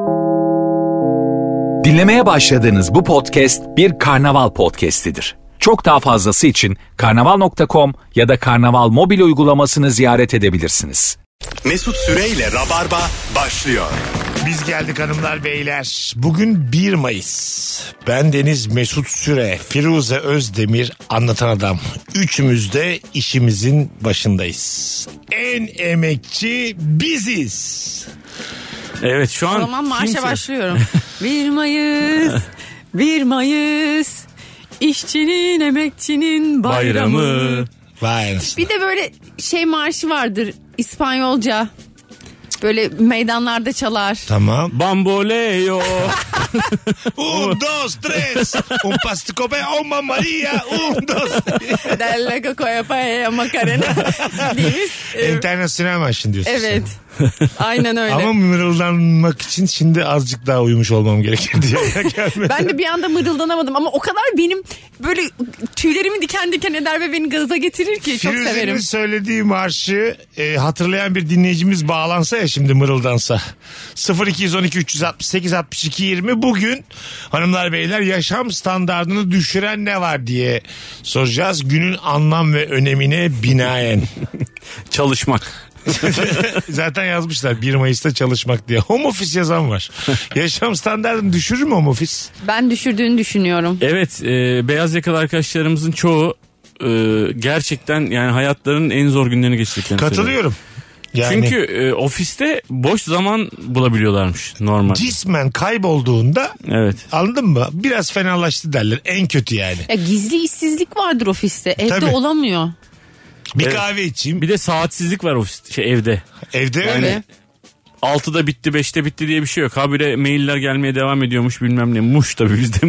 Dinlemeye başladığınız bu podcast bir karnaval podcastidir. Çok daha fazlası için karnaval.com ya da karnaval mobil uygulamasını ziyaret edebilirsiniz. Mesut Süreyle Rabarba başlıyor. Biz geldik hanımlar beyler. Bugün 1 Mayıs. Ben Deniz Mesut Süre, Firuze Özdemir, Anlatan Adam. Üçümüz de işimizin başındayız. En emekçi biziz. Evet, şu an O zaman marşa kimse... başlıyorum. 1 Mayıs, 1 Mayıs, işçinin, emekçinin bayramı. Vay anasını. Bir de böyle şey marşı vardır İspanyolca. Böyle meydanlarda çalar. Tamam. Bamboleo. 1, 2, 3. Un pastico pe Oma Maria. 1, 2. Delle cocoya paella macarena. Deniz. İnternasyonel marşın diyorsun. Evet. Aynen öyle. Ama mırıldanmak için şimdi azıcık daha uyumuş olmam gerekir diye. Ben de bir anda mırıldanamadım ama o kadar benim böyle tüylerimi diken diken eder ve beni gaza getirir ki çok Firuze'nin severim. söylediği marşı hatırlayan bir dinleyicimiz bağlansa ya şimdi mırıldansa. 0212 368 62 20 bugün hanımlar beyler yaşam standartını düşüren ne var diye soracağız. Günün anlam ve önemine binaen. Çalışmak. Zaten yazmışlar 1 Mayıs'ta çalışmak diye. Home office yazan var. Yaşam standartını düşürür mü home office? Ben düşürdüğünü düşünüyorum. Evet, beyaz yakalı arkadaşlarımızın çoğu gerçekten yani hayatlarının en zor günlerini geçirdiklerini söylüyor. Katılıyorum. Yani Çünkü ofiste boş zaman bulabiliyorlarmış normal. cismen kaybolduğunda Evet. anladın mı? Biraz fenalaştı derler. En kötü yani. Ya gizli işsizlik vardır ofiste. Evde Tabii. olamıyor. Bir Evet. kahve içeyim. Bir de saatsizlik var evde. Evde öyle. Öyle. 6'da bitti 5'te bitti diye bir şey yok. Habire mailler gelmeye devam ediyormuş bilmem ne. Muş tabii bizde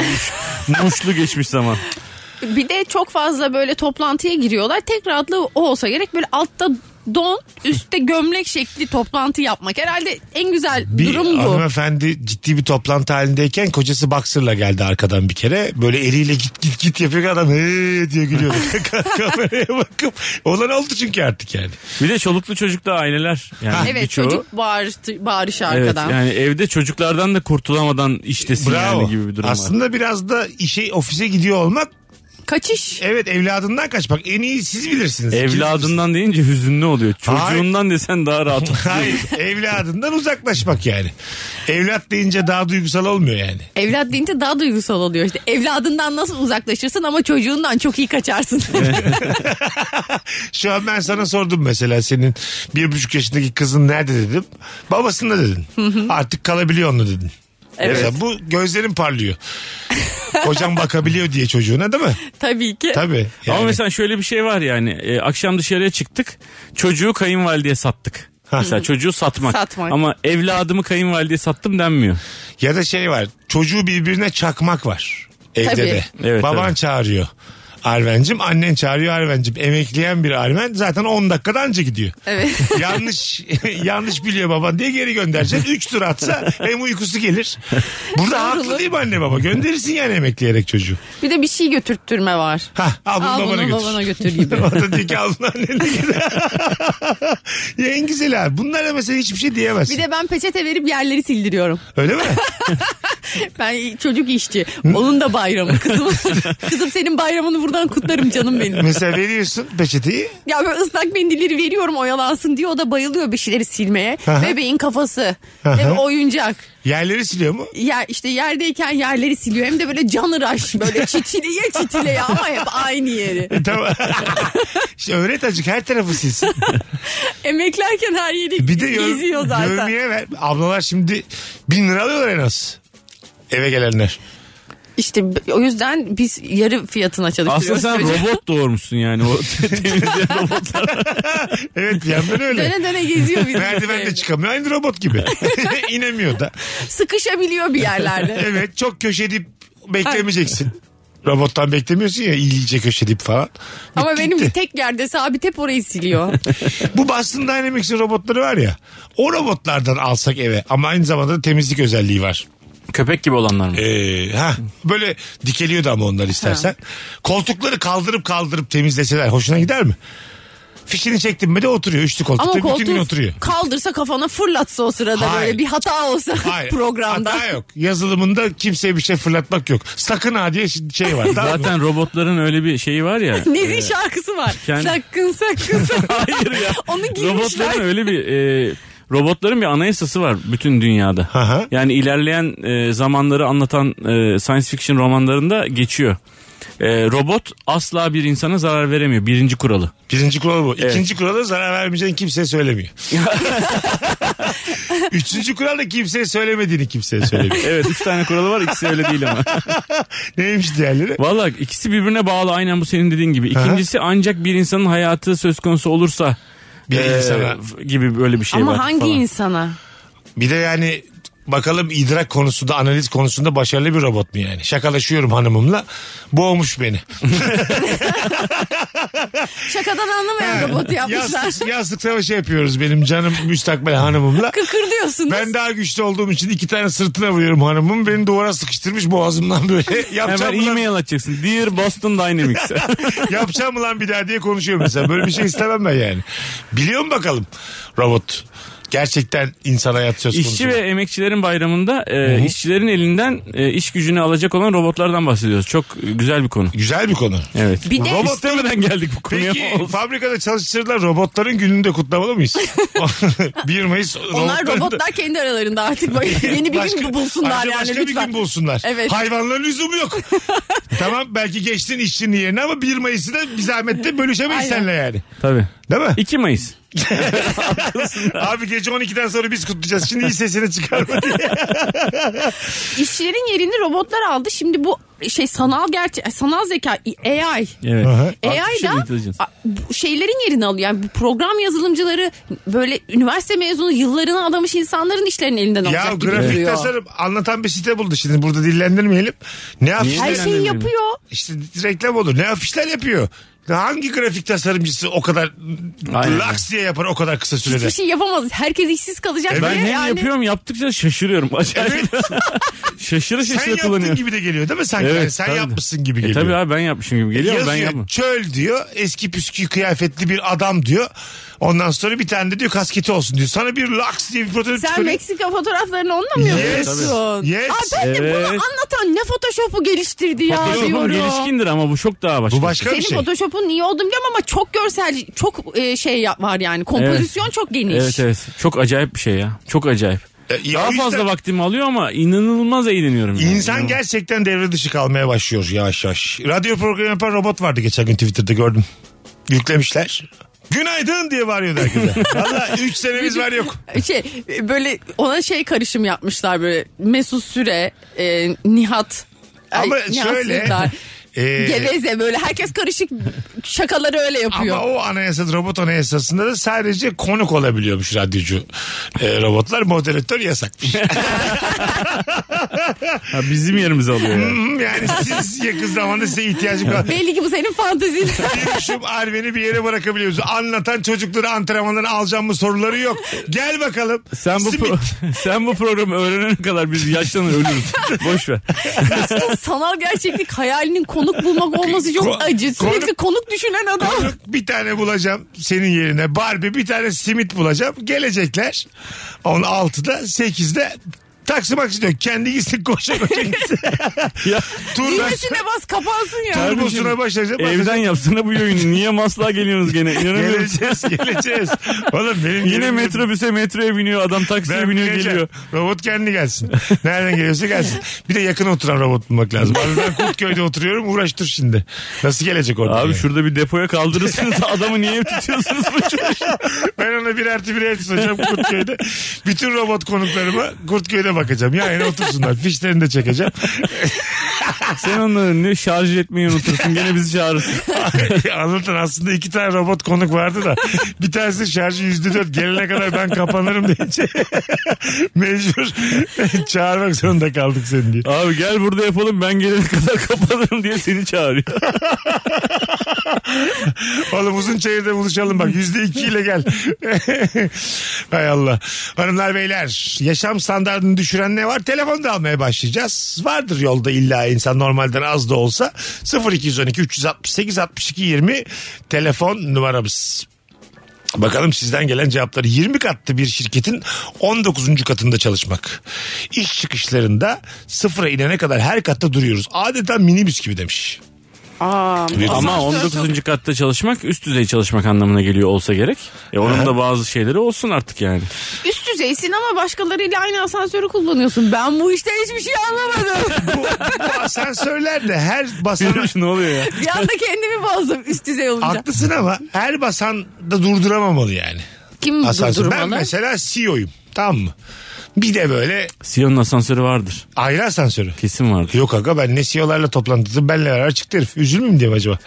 muşlu geçmiş zaman. Bir de çok fazla böyle toplantıya giriyorlar. Tek rahatlığı o olsa gerek. Böyle altta don, üstte gömlek şekli toplantı yapmak. Herhalde en güzel Bir durum bu. hanımefendi ciddi bir toplantı halindeyken kocası boxer'la geldi arkadan bir kere. Böyle eliyle git yapıyor ki adam he diye gülüyordu. Kameraya bakıp olan oldu çünkü artık yani. Bir de çoluklu çocuklu aileler. Yani Evet, birçoğu. çocuk bağırışı Evet, arkadan. yani evde çocuklardan da kurtulamadan iştesin Bravo. yani gibi bir durum var. Aslında biraz da ofise gidiyor olmak, Kaçış. evet, evladından kaçmak. En iyi siz bilirsiniz. Evladından deyince hüzünlü oluyor. Çocuğundan desen daha rahat oluyor. Hayır, evladından uzaklaşmak yani. Evlat deyince daha duygusal olmuyor yani. Evlat deyince daha duygusal oluyor. İşte evladından nasıl uzaklaşırsın ama çocuğundan çok iyi kaçarsın. Şu an ben sana sordum mesela senin 1,5 yaşındaki kızın nerede dedim. Babasında dedin. Artık kalabiliyor onunla dedin. Evet. Mesela bu gözlerin parlıyor. Kocam bakabiliyor diye çocuğuna değil mi? Tabii ki. Tabii. Yani. Ama mesela şöyle bir şey var yani akşam dışarıya çıktık, çocuğu kayınvalideye sattık. Mesela çocuğu satmak. Ama evladımı kayınvalideye sattım denmiyor. Ya da şey var, çocuğu birbirine çakmak var evde Tabii. de. Evet, Baban tabii. çağırıyor Arvencim, annen çağırıyor Arvencim. Emekleyen bir Arven zaten 10 dakikada anca gidiyor. Evet. yanlış biliyor baban diye geri göndereceksin. 3 tur atsa hem uykusu gelir. Burada haklı değil mi anne baba? Gönderirsin yani emekleyerek çocuğu. Bir de bir şey götürttürme var. Al bunu babana götür. babana götür gibi. O da diyor ki al bunu annene götür. Ya en güzel abi. Bunlara mesela hiçbir şey diyemezsin. Bir de ben peçete verip yerleri sildiriyorum. Öyle mi? Ben çocuk işçi. Onun da bayramı kızım. Kızım senin bayramını buradan kutlarım canım benim. Mesela veriyorsun peçeteyi. Ya böyle ıslak mendilleri veriyorum oyalansın diye, o da bayılıyor bir şeyleri silmeye. Aha. Bebeğin kafası. Aha. Hem oyuncak. Yerleri siliyor mu? Ya işte yerdeyken yerleri siliyor. Hem de böyle canıraş böyle çitileye ama hep aynı yeri. Tamam. İşte öğret azıcık, her tarafı silsin. Emeklerken her yeri Bir de geziyor zaten. görmeye ver. Ablalar şimdi 1.000 lira alıyorlar en az. Eve gelenler. İşte o yüzden biz yarı fiyatına çalıştırıyoruz. Aslında sen robot doğurmuşsun yani o temizleyen robotlar. Evet, bir yandan öyle. Döne döne geziyor bizim. Merdiven de çıkamıyor. Aynı robot gibi. İnemiyor da. Sıkışabiliyor bir yerlerde. Evet, çok köşe dip beklemeyeceksin. Robottan beklemiyorsun ya, iyice köşe dip falan. Ama Bitti, benim gitti. tek yerde sabit hep orayı siliyor. Bu Boston Dynamics'in robotları var ya. O robotlardan alsak eve, ama aynı zamanda da temizlik özelliği var. Köpek gibi olanlar mı? Böyle dikeliyordu ama onlar istersen. Koltukları kaldırıp temizleseler hoşuna gider mi? Fişini çektim mi de oturuyor. Üçlü koltukta Ama bütün gün oturuyor. kaldırsa kafana fırlatsa o sırada Hayır. böyle bir hata olsa Hayır, programda. hata yok. Yazılımında kimseye bir şey fırlatmak yok. Sakın ha diye şey var. Zaten robotların öyle bir şeyi var ya. Nezih'in şarkısı var. Sakın. Hayır ya. Onu girmişler. Robotların öyle bir robotların bir anayasası var bütün dünyada. Aha. Yani ilerleyen zamanları anlatan science fiction romanlarında geçiyor. Robot asla bir insana zarar veremiyor. Birinci kuralı. Birinci kuralı bu. Evet. İkinci kuralı zarar vermeyeceğini kimseye söylemiyor. Üçüncü kural da kimseye söylemediğini kimseye söylemiyor. Evet 3 tane kuralı var, ikisi öyle değil ama. Neymiş diğerleri? Valla ikisi birbirine bağlı, aynen bu senin dediğin gibi. İkincisi ancak bir insanın hayatı söz konusu olursa Bir insana. gibi böyle bir şey Ama var. hangi falan. insana? Bir de yani bakalım idrak konusunda, analiz konusunda başarılı bir robot mu yani? Şakalaşıyorum hanımımla. Boğmuş beni. Şakadan anlamayan robotu yapmışlar. Yastık savaşı yapıyoruz benim canım müstakbel hanımımla. Kıkırdıyorsunuz. Ben daha güçlü olduğum için 2 tane sırtına vuruyorum hanımım. Beni duvara sıkıştırmış boğazımdan böyle. Hemen Yapacağım mı lan? e-mail atacaksın. Dear Boston Dynamics. Yapacağım mı lan bir daha diye konuşuyor mesela. Böyle bir şey istemem ben yani. Biliyor mu bakalım robot? Gerçekten insan hayatı söz konusu. İşçi ve emekçilerin bayramında işçilerin elinden iş gücünü alacak olan robotlardan bahsediyoruz. Çok güzel bir konu. Güzel bir konu. Evet. Bir de Robot- İstemeden geldik bu konuya. Peki fabrikada çalıştırırlar, robotların gününü de kutlamalı mıyız? 1 Mayıs onlar robotların da- robotlar kendi aralarında artık yeni bir gün bulsunlar Ayrıca yani başka lütfen. bir gün bulsunlar. Evet. Hayvanların lüzumu yok. Tamam belki geçtin işçinin yerine ama 1 Mayıs'ı da bir zahmette bölüşemeyiz Aynen. seninle yani. Tabii. Değil mi? 2 Mayıs. Abi gece 12'den sonra biz kutlayacağız. Şimdi iyi sesini çıkarma diye. İşçilerin yerini robotlar aldı. Şimdi bu sanal zeka AI. Evet. Aha. AI Artificial da intelligence. bu şeylerin yerini alıyor. Yani bu program yazılımcıları böyle üniversite mezunu yıllarını adamış insanların işlerinin elinden Ya alacak gibi grafik duruyor. tasarım anlatan bir site buldu şimdi. Burada dillendirmeyelim. Ne afişler, Her şeyi yapıyor. işte reklam olur. Ne afişler yapıyor. Hangi grafik tasarımcısı o kadar Aynen. laks diye yapar o kadar kısa sürede? Hiçbir şey yapamaz. Herkes işsiz kalacak Evet. Ben diye hem yani. yapıyorum, yaptıkça şaşırıyorum. Acayip. Evet. Şaşırı Sen şaşırı yaptın kullanıyor. gibi de geliyor değil mi sanki? Evet, Yani sen tabii. yapmışsın gibi geliyor. Tabii abi ben yapmışım gibi geliyor ama ben Yazıyor yapmam. çöl diyor, eski püskü kıyafetli bir adam diyor. Ondan sonra bir tane de diyor kasketi olsun diyor. Sana bir laks diye bir prototip Sen çıkarıyor. Meksika fotoğraflarını onunla mı Yes. yapıyorsun? Yes. Aa, ben de bunu Evet. anlatan ne Photoshop'u geliştirdi ya Photoshop'un diyorum. gelişkindir ama bu çok daha başka. Bu başka Senin bir şey. Photoshop'un iyi olduğunu biliyorum ama çok görsel, çok var yani. Kompozisyon çok geniş. Evet evet. Çok acayip bir şey ya. Çok acayip. Ya Daha o yüzden fazla vaktimi alıyor ama inanılmaz eğleniyorum. yani. İnsan gerçekten devre dışı kalmaya başlıyor yavaş yavaş. Radyo programı yapan robot vardı geçen gün Twitter'da gördüm. Yüklemişler. Günaydın diye bağırıyordu herkese. Valla 3 senemiz var yok. Böyle ona karışım yapmışlar böyle Mesut Süre, Nihat. Ama Nihat şöyle, Sırdar, e, Geveze böyle herkes karışık şakaları öyle yapıyor. Ama o anayasa, robot anayasasında da sadece konuk olabiliyormuş radyocu robotlar. Moderatör yasakmış. Ha, bizim yerimizi alıyor ya. Yani siz yakın zamanda size ihtiyacım var. Belli ki bu senin fantezin. Yürüyüşüm Arven'i bir yere bırakabiliyoruz. Anlatan çocukları antrenmanlarına alacağım mı soruları yok. Gel bakalım. Sen bu programı öğrenene kadar biz yaşlanır ölürüz. Boş ver. Mesut'un sanal gerçeklik hayalinin konuk bulmak olması çok acı. Sürekli konuk düşünen adam. Konuk bir tane bulacağım senin yerine. Barbie bir tane simit bulacağım. Gelecekler. 6'da 8'de taksi maksi diyor. Kendi gitsin koşa koşa gitsin. Ya, Düğmesine bas kapansın ya. Turbosuna başlayacağım. evden yapsana bu yayını. Niye Maslak'a geliyorsunuz gene? İnanamıyorum. Geleceğiz. Oğlum benim Yine yerim- metroya biniyor. Adam taksiye Ben biniyor bineceğim. geliyor. Robot kendi gelsin. Nereden geliyorsa gelsin. Bir de yakın oturan robot bulmak lazım. Abi ben Kurtköy'de oturuyorum, uğraştır şimdi. Nasıl gelecek orada? Abi yani? şurada bir depoya kaldırırsınız adamı niye tutuyorsunuz bu çocuğu? Ben ona 1+1 ev tutacağım Kurtköy'de. Bütün robot konuklarıma Kurtköy'de bakacağım. Yani otursunlar. Fişlerini de çekeceğim. Sen onları ne şarj etmeyi unutursun gene bizi çağırırsın. Anlatan aslında 2 tane robot konuk vardı da bir tanesi şarjı %4 gelene kadar ben kapanırım deyince mecbur çağırmak zorunda kaldık seni diye. Abi gel burada yapalım ben gelene kadar kapanırım diye seni çağırıyor. Oğlum Uzunçayır'da buluşalım bak %2 ile gel. Hay Allah. Hanımlar beyler yaşam standartını düşüren ne var? Telefonu da almaya başlayacağız. Vardır yolda illa insan normalden az da olsa. 0212 368 62 20 telefon numaramız. Bakalım sizden gelen cevapları. 20 katlı bir şirketin 19. katında çalışmak. İş çıkışlarında sıfıra inene kadar her katta duruyoruz. Adeta minibüs gibi demiş. Ama 19. katta çalışmak üst düzey çalışmak anlamına geliyor olsa gerek. Onun da bazı şeyleri olsun artık yani. Üst düzeysin ama başkalarıyla aynı asansörü kullanıyorsun. Ben bu işte hiçbir şey anlamadım. bu asansörler de her basana... Ne oluyor ya? Bir anda kendimi bozdum üst düzey olunca. Haklısın ama her basan da durduramamalı yani. Kim Asansör. durdurmalı? Ben mesela CEO'yum, tamam mı? Bir de böyle CEO'nun asansörü vardır. ayrı asansörü. Kesin vardır. Yok aga, ben ne CEO'larla toplantıda benle beraber çıktı herif. Üzülmeyeyim diye mi acaba?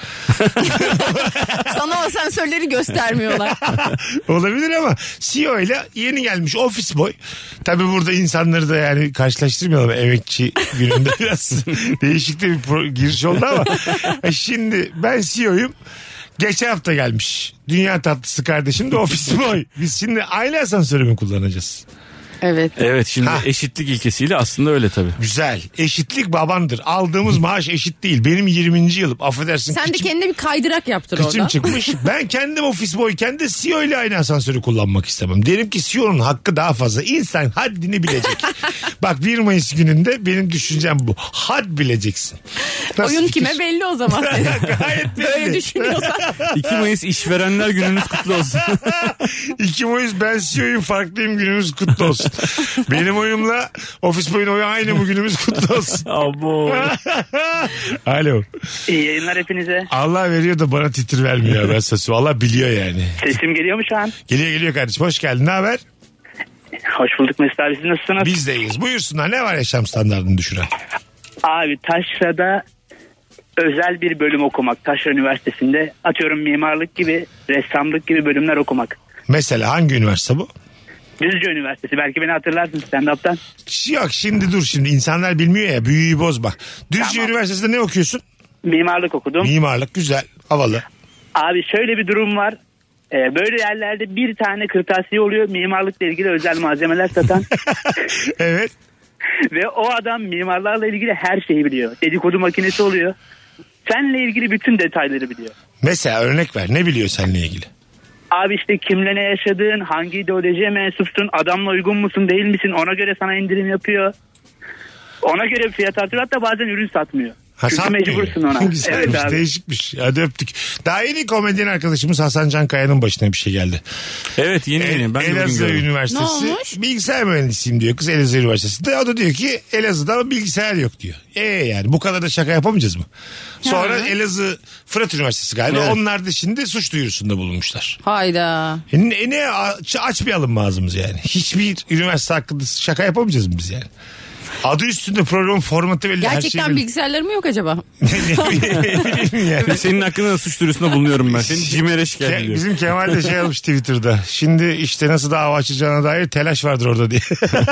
Sana asansörleri göstermiyorlar. Olabilir ama CEO ile yeni gelmiş ofis boy. Tabii burada insanları da yani karşılaştırmayalım. Emekçi gününde biraz değişik de bir giriş oldu ama. Şimdi ben CEO'yum. Geçen hafta gelmiş. Dünya tatlısı kardeşim de ofis boy. Biz şimdi aynı asansörü mü kullanacağız? Evet. Evet, şimdi eşitlik ilkesiyle aslında öyle tabii. Güzel. Eşitlik babandır. Aldığımız maaş eşit değil. Benim 20. yılım. Affedersin. Sen de kendine bir kaydırak yaptır Kıçım orada. çıkmış. Ben kendim ofis boyken de CEO ile aynı asansörü kullanmak istemem. Derim ki CEO'nun hakkı daha fazla. İnsan haddini bilecek. Bak 1 Mayıs gününde benim düşüncem bu. Had bileceksin. Nasıl Oyun fikir? kime belli o zaman. Gayet belli. Böyle düşünüyorsan. 2 Mayıs işverenler gününüz kutlu olsun. 2 Mayıs ben CEO'yum, farklıyım, günümüz kutlu olsun. Benim oyumla ofis boyun oyu aynı mı, günümüz kutlu olsun. Abo. Alo. İyi yayınlar hepinize. Allah veriyor da bana titir vermiyor ya, ben sesi. Allah biliyor yani. Sesim geliyor mu şu an? Geliyor kardeşim, hoş geldin, ne haber? Hoş bulduk Mesut abi, siz nasılsınız? Biz de iyiyiz. Buyursunlar, ne var yaşam standartını düşüren? Abi Taşra'da özel bir bölüm okumak. Taşra Üniversitesi'nde atıyorum mimarlık gibi, ressamlık gibi bölümler okumak. Mesela hangi üniversite bu? Düzce Üniversitesi, belki beni hatırlarsın stand-up'tan. Yok şimdi dur, şimdi insanlar bilmiyor ya, büyüyü bozma. Düzce Tamam. Üniversitesi'nde ne okuyorsun? Mimarlık okudum. Mimarlık, güzel, havalı. Abi şöyle bir durum var. Böyle yerlerde bir tane kırtasiye oluyor mimarlıkla ilgili özel malzemeler satan. Evet. Ve o adam mimarlarla ilgili her şeyi biliyor. Dedikodu makinesi oluyor. Seninle ilgili bütün detayları biliyor. Mesela örnek ver, ne biliyor seninle ilgili? Abi işte kimle ne yaşadığın, hangi ideolojiye mensupsun, adamla uygun musun değil misin, ona göre sana indirim yapıyor. Ona göre fiyat artırıyor, hatta bazen ürün satmıyor. Çünkü mecbursun ona. Güzelmiş, evet abi. değişikmiş. Hadi öptük. Daha yeni komedyen arkadaşımız Hasan Can Kaya'nın başına bir şey geldi. Evet, yeni. Ben de bugün Elazığ gördüm. Üniversitesi Ne olmuş? bilgisayar mühendisiyim diyor kız Elazığ Üniversitesi'nde. O da diyor ki Elazığ'da bilgisayar yok diyor. Yani bu kadar da şaka yapamayacağız mı? Sonra Elazığ Fırat Üniversitesi galiba. Evet. Onlar da şimdi suç duyurusunda bulunmuşlar. Hayda. Ne açmayalım mı ağzımızı yani? Hiçbir üniversite hakkında şaka yapamayacağız mı biz yani? Adı üstünde programın formatı belli. Gerçekten her şey belli. bilgisayarları mı yok acaba? Ne bileyim yani. Ve senin hakkında da suç duyurusunda bulunuyorum ben. Senin CİMER'e şikayet ediyor. Bizim Kemal de şey almış Twitter'da. Şimdi işte nasıl dava açacağına dair telaş vardır orada diye.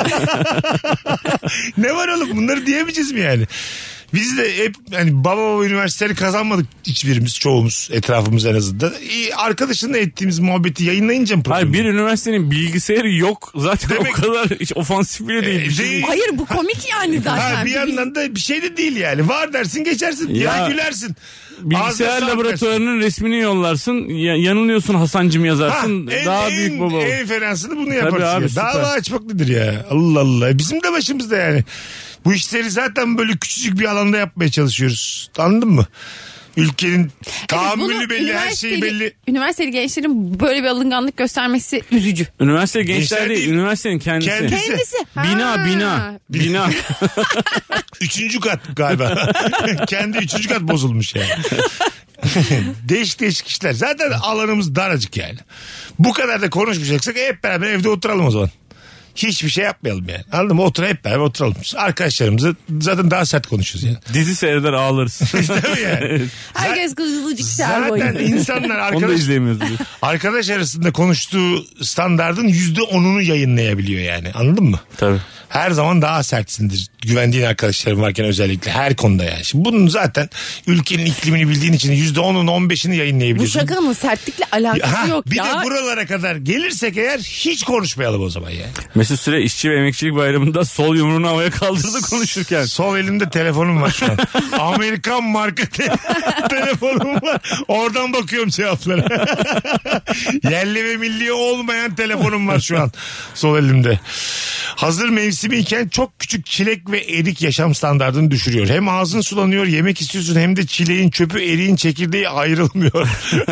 Ne var oğlum, bunları diyemeyeceğiz mi yani? Biz de hep hani baba üniversiteleri kazanmadık hiçbirimiz, çoğumuz, etrafımız en azından. Arkadaşınla ettiğimiz muhabbeti yayınlayınca mı problem? Hayır, bir üniversitenin bilgisayarı yok. Zaten Demek- o kadar hiç ofansif bile değil. Bir şey değil. Hayır, bu komik yani zaten. Ha, bir yandan da bir şey de değil yani. Var dersin, geçersin. Ya, Ya, gülersin. Bilgisayar Ağzına sağlık laboratuvarının resmini yollarsın. Yanılıyorsun Hasancım yazarsın. dersin. Daha büyük baba. En fenasını bunu yaparsın. abi, Ya. süper. Dava açmak nedir ya? Allah Allah. Bizim de başımızda yani. Bu işleri zaten böyle küçücük bir alanda yapmaya çalışıyoruz. Anladın mı? Ülkenin tahammülü bunu belli, her şeyi belli. Üniversiteli gençlerin böyle bir alınganlık göstermesi üzücü. Üniversite gençler Gençler değil. değil. Üniversitenin kendisi. Kendisi. Bina. 3. kat galiba. Kendi 3. kat bozulmuş yani. Değişik işler. Zaten alanımız daracık yani. Bu kadar da konuşmayacaksak hep beraber evde oturalım o zaman. Hiçbir şey yapmayalım yani. Anladın mı? Hep beraber oturalım. Arkadaşlarımızla zaten daha sert konuşuyoruz yani. Dizi seyreder ağlarız. Değil mi yani? Herkes kızılcık ser Zaten boyunca. insanlar Onu da izleyemiyoruz biz. arkadaş arasında konuştuğu standardın %10'unu yayınlayabiliyor yani. Anladın mı? Tabii. Her zaman daha sertsindir. Güvendiğin arkadaşların varken özellikle her konuda yani. Şimdi bunun zaten ülkenin iklimini bildiğin için %10'un 15'ini yayınlayabiliyorsun. Bu şakanın sertlikle alakası yok bir ya. Bir de buralara kadar gelirsek eğer hiç konuşmayalım o zaman ya. Mesut Süre işçi ve emekçilik bayramında sol yumruğunu havaya kaldırdı konuşurken. Sol elimde telefonum var şu an. Amerikan marka telefonum var. Oradan bakıyorum cevaplara. Yerli ve milli olmayan telefonum var şu an sol elimde. Hazır mevsimiyken çok küçük çilek ve erik yaşam standartını düşürüyor. Hem ağzın sulanıyor, yemek istiyorsun, hem de çileğin çöpü, eriğin çekirdeği ayrılmıyor.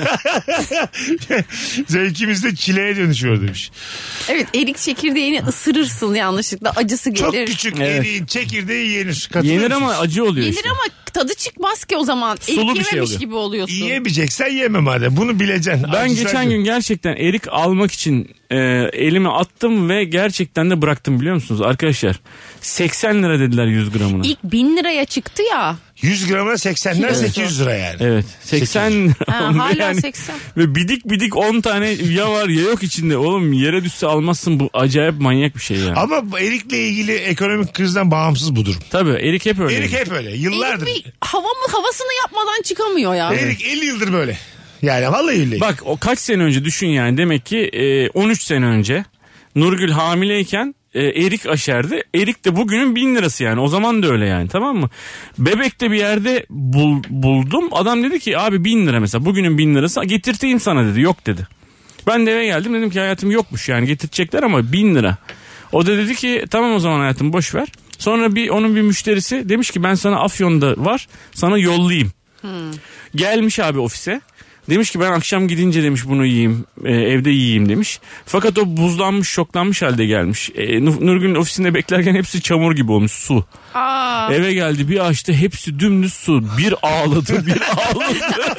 Zevkimiz de çileğe dönüşüyor demiş. Evet, erik çekirdeğini ısırırsın yanlışlıkla, acısı gelir. Çok küçük eriğin çekirdeği yenir. Yenir ama acı oluyor yenir işte. Ama tadı çıkmaz ki o zaman. Sulu Erik bir şey yememiş oluyor. gibi oluyorsun. Yiyemeyeceksen yeme madem. Bunu bileceksin. Ben Acı geçen gün gerçekten erik almak için elimi attım ve gerçekten de bıraktım, biliyor musunuz arkadaşlar? 80 lira dediler 100 gramına. İlk 1000 liraya çıktı ya. 100 gramına 80'den 800 lira yani. Evet, 80 lira. Hala yani, 80. Ve bidik 10 tane ya var ya yok içinde. Oğlum yere düşse almazsın, bu acayip manyak bir şey yani. Ama bu erikle ilgili ekonomik krizden bağımsız bu durum. Tabii erik hep öyle. Erik hep öyle. Yıllardır. Erik bir havasını yapmadan çıkamıyor ya. Erik 50 yıldır böyle. Yani vallahi öyle. Bak o kaç sene önce düşün yani, demek ki 13 sene önce Nurgül hamileyken erik aşerdi. Erik de bugünün 1000 lirası yani. O zaman da öyle yani, tamam mı? Bebek'te bir yerde buldum. Adam dedi ki abi 1000 lira mesela. Bugünün 1000 lirası, getirteyim sana dedi. Yok dedi. Ben de eve geldim, dedim ki hayatım yokmuş yani, getirecekler ama 1000 lira. O da dedi ki tamam o zaman hayatım boş ver. Sonra onun bir müşterisi demiş ki ben sana Afyon'da var, sana yollayayım. Gelmiş abi ofise. Demiş ki ben akşam gidince demiş bunu yiyeyim, evde yiyeyim demiş. Fakat o buzlanmış, şoklanmış halde gelmiş. Nurgül'ün ofisinde beklerken hepsi çamur gibi olmuş, su. Aa. Eve geldi, bir açtı, hepsi dümdüz su. Bir ağladı bir ağladı.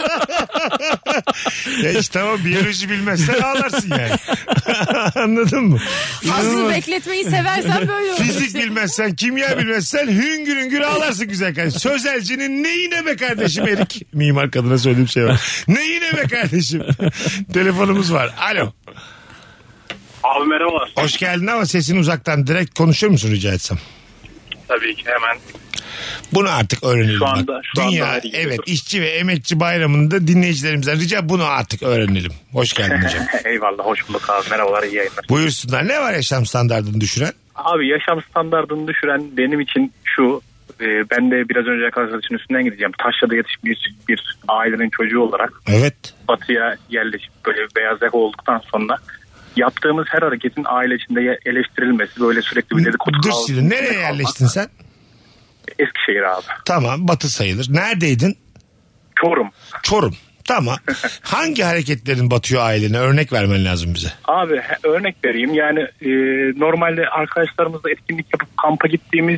Ya işte tamam, biyoloji bilmezsen ağlarsın yani. Anladın mı? Fazla bekletmeyi seversen böyle olur. Fizik bilmezsen, kimya bilmezsen hüngür hüngür ağlarsın güzel kardeşim. Sözelcinin neyine be kardeşim Erik? Mimar kadına söylediğim şey var. Neyine be kardeşim? Telefonumuz var. Alo. Abi merhaba. Hoş geldin ama sesini uzaktan direkt konuşur musun rica etsem? Tabii ki hemen. Bunu artık öğrenelim. Şu anda Dünya evet işçi ve emekçi bayramında dinleyicilerimizden rica bunu artık öğrenenim. Hoş geldin hocam. Eyvallah, hoş bulduk abi. Merhabalar, iyi yayınlar. Buyursunlar. Ne var yaşam standartını düşüren? Abi yaşam standartını düşüren benim için şu. Ben de biraz önce arkadaşın üstünden gideceğim. Taşra'da yetişmiş bir ailenin çocuğu olarak. Evet. Batıya yerleşip böyle beyaz yaka olduktan sonra yaptığımız her hareketin aile içinde eleştirilmesi, böyle sürekli bir dedikodu. Dur şimdi, nereye yerleştin sen? Eskişehir abi. Tamam, batı sayılır. Neredeydin? Çorum. Tamam. Hangi hareketlerin batıyor ailene? Örnek vermen lazım bize. Abi örnek vereyim. Yani normalde arkadaşlarımızla etkinlik yapıp kampa gittiğimiz,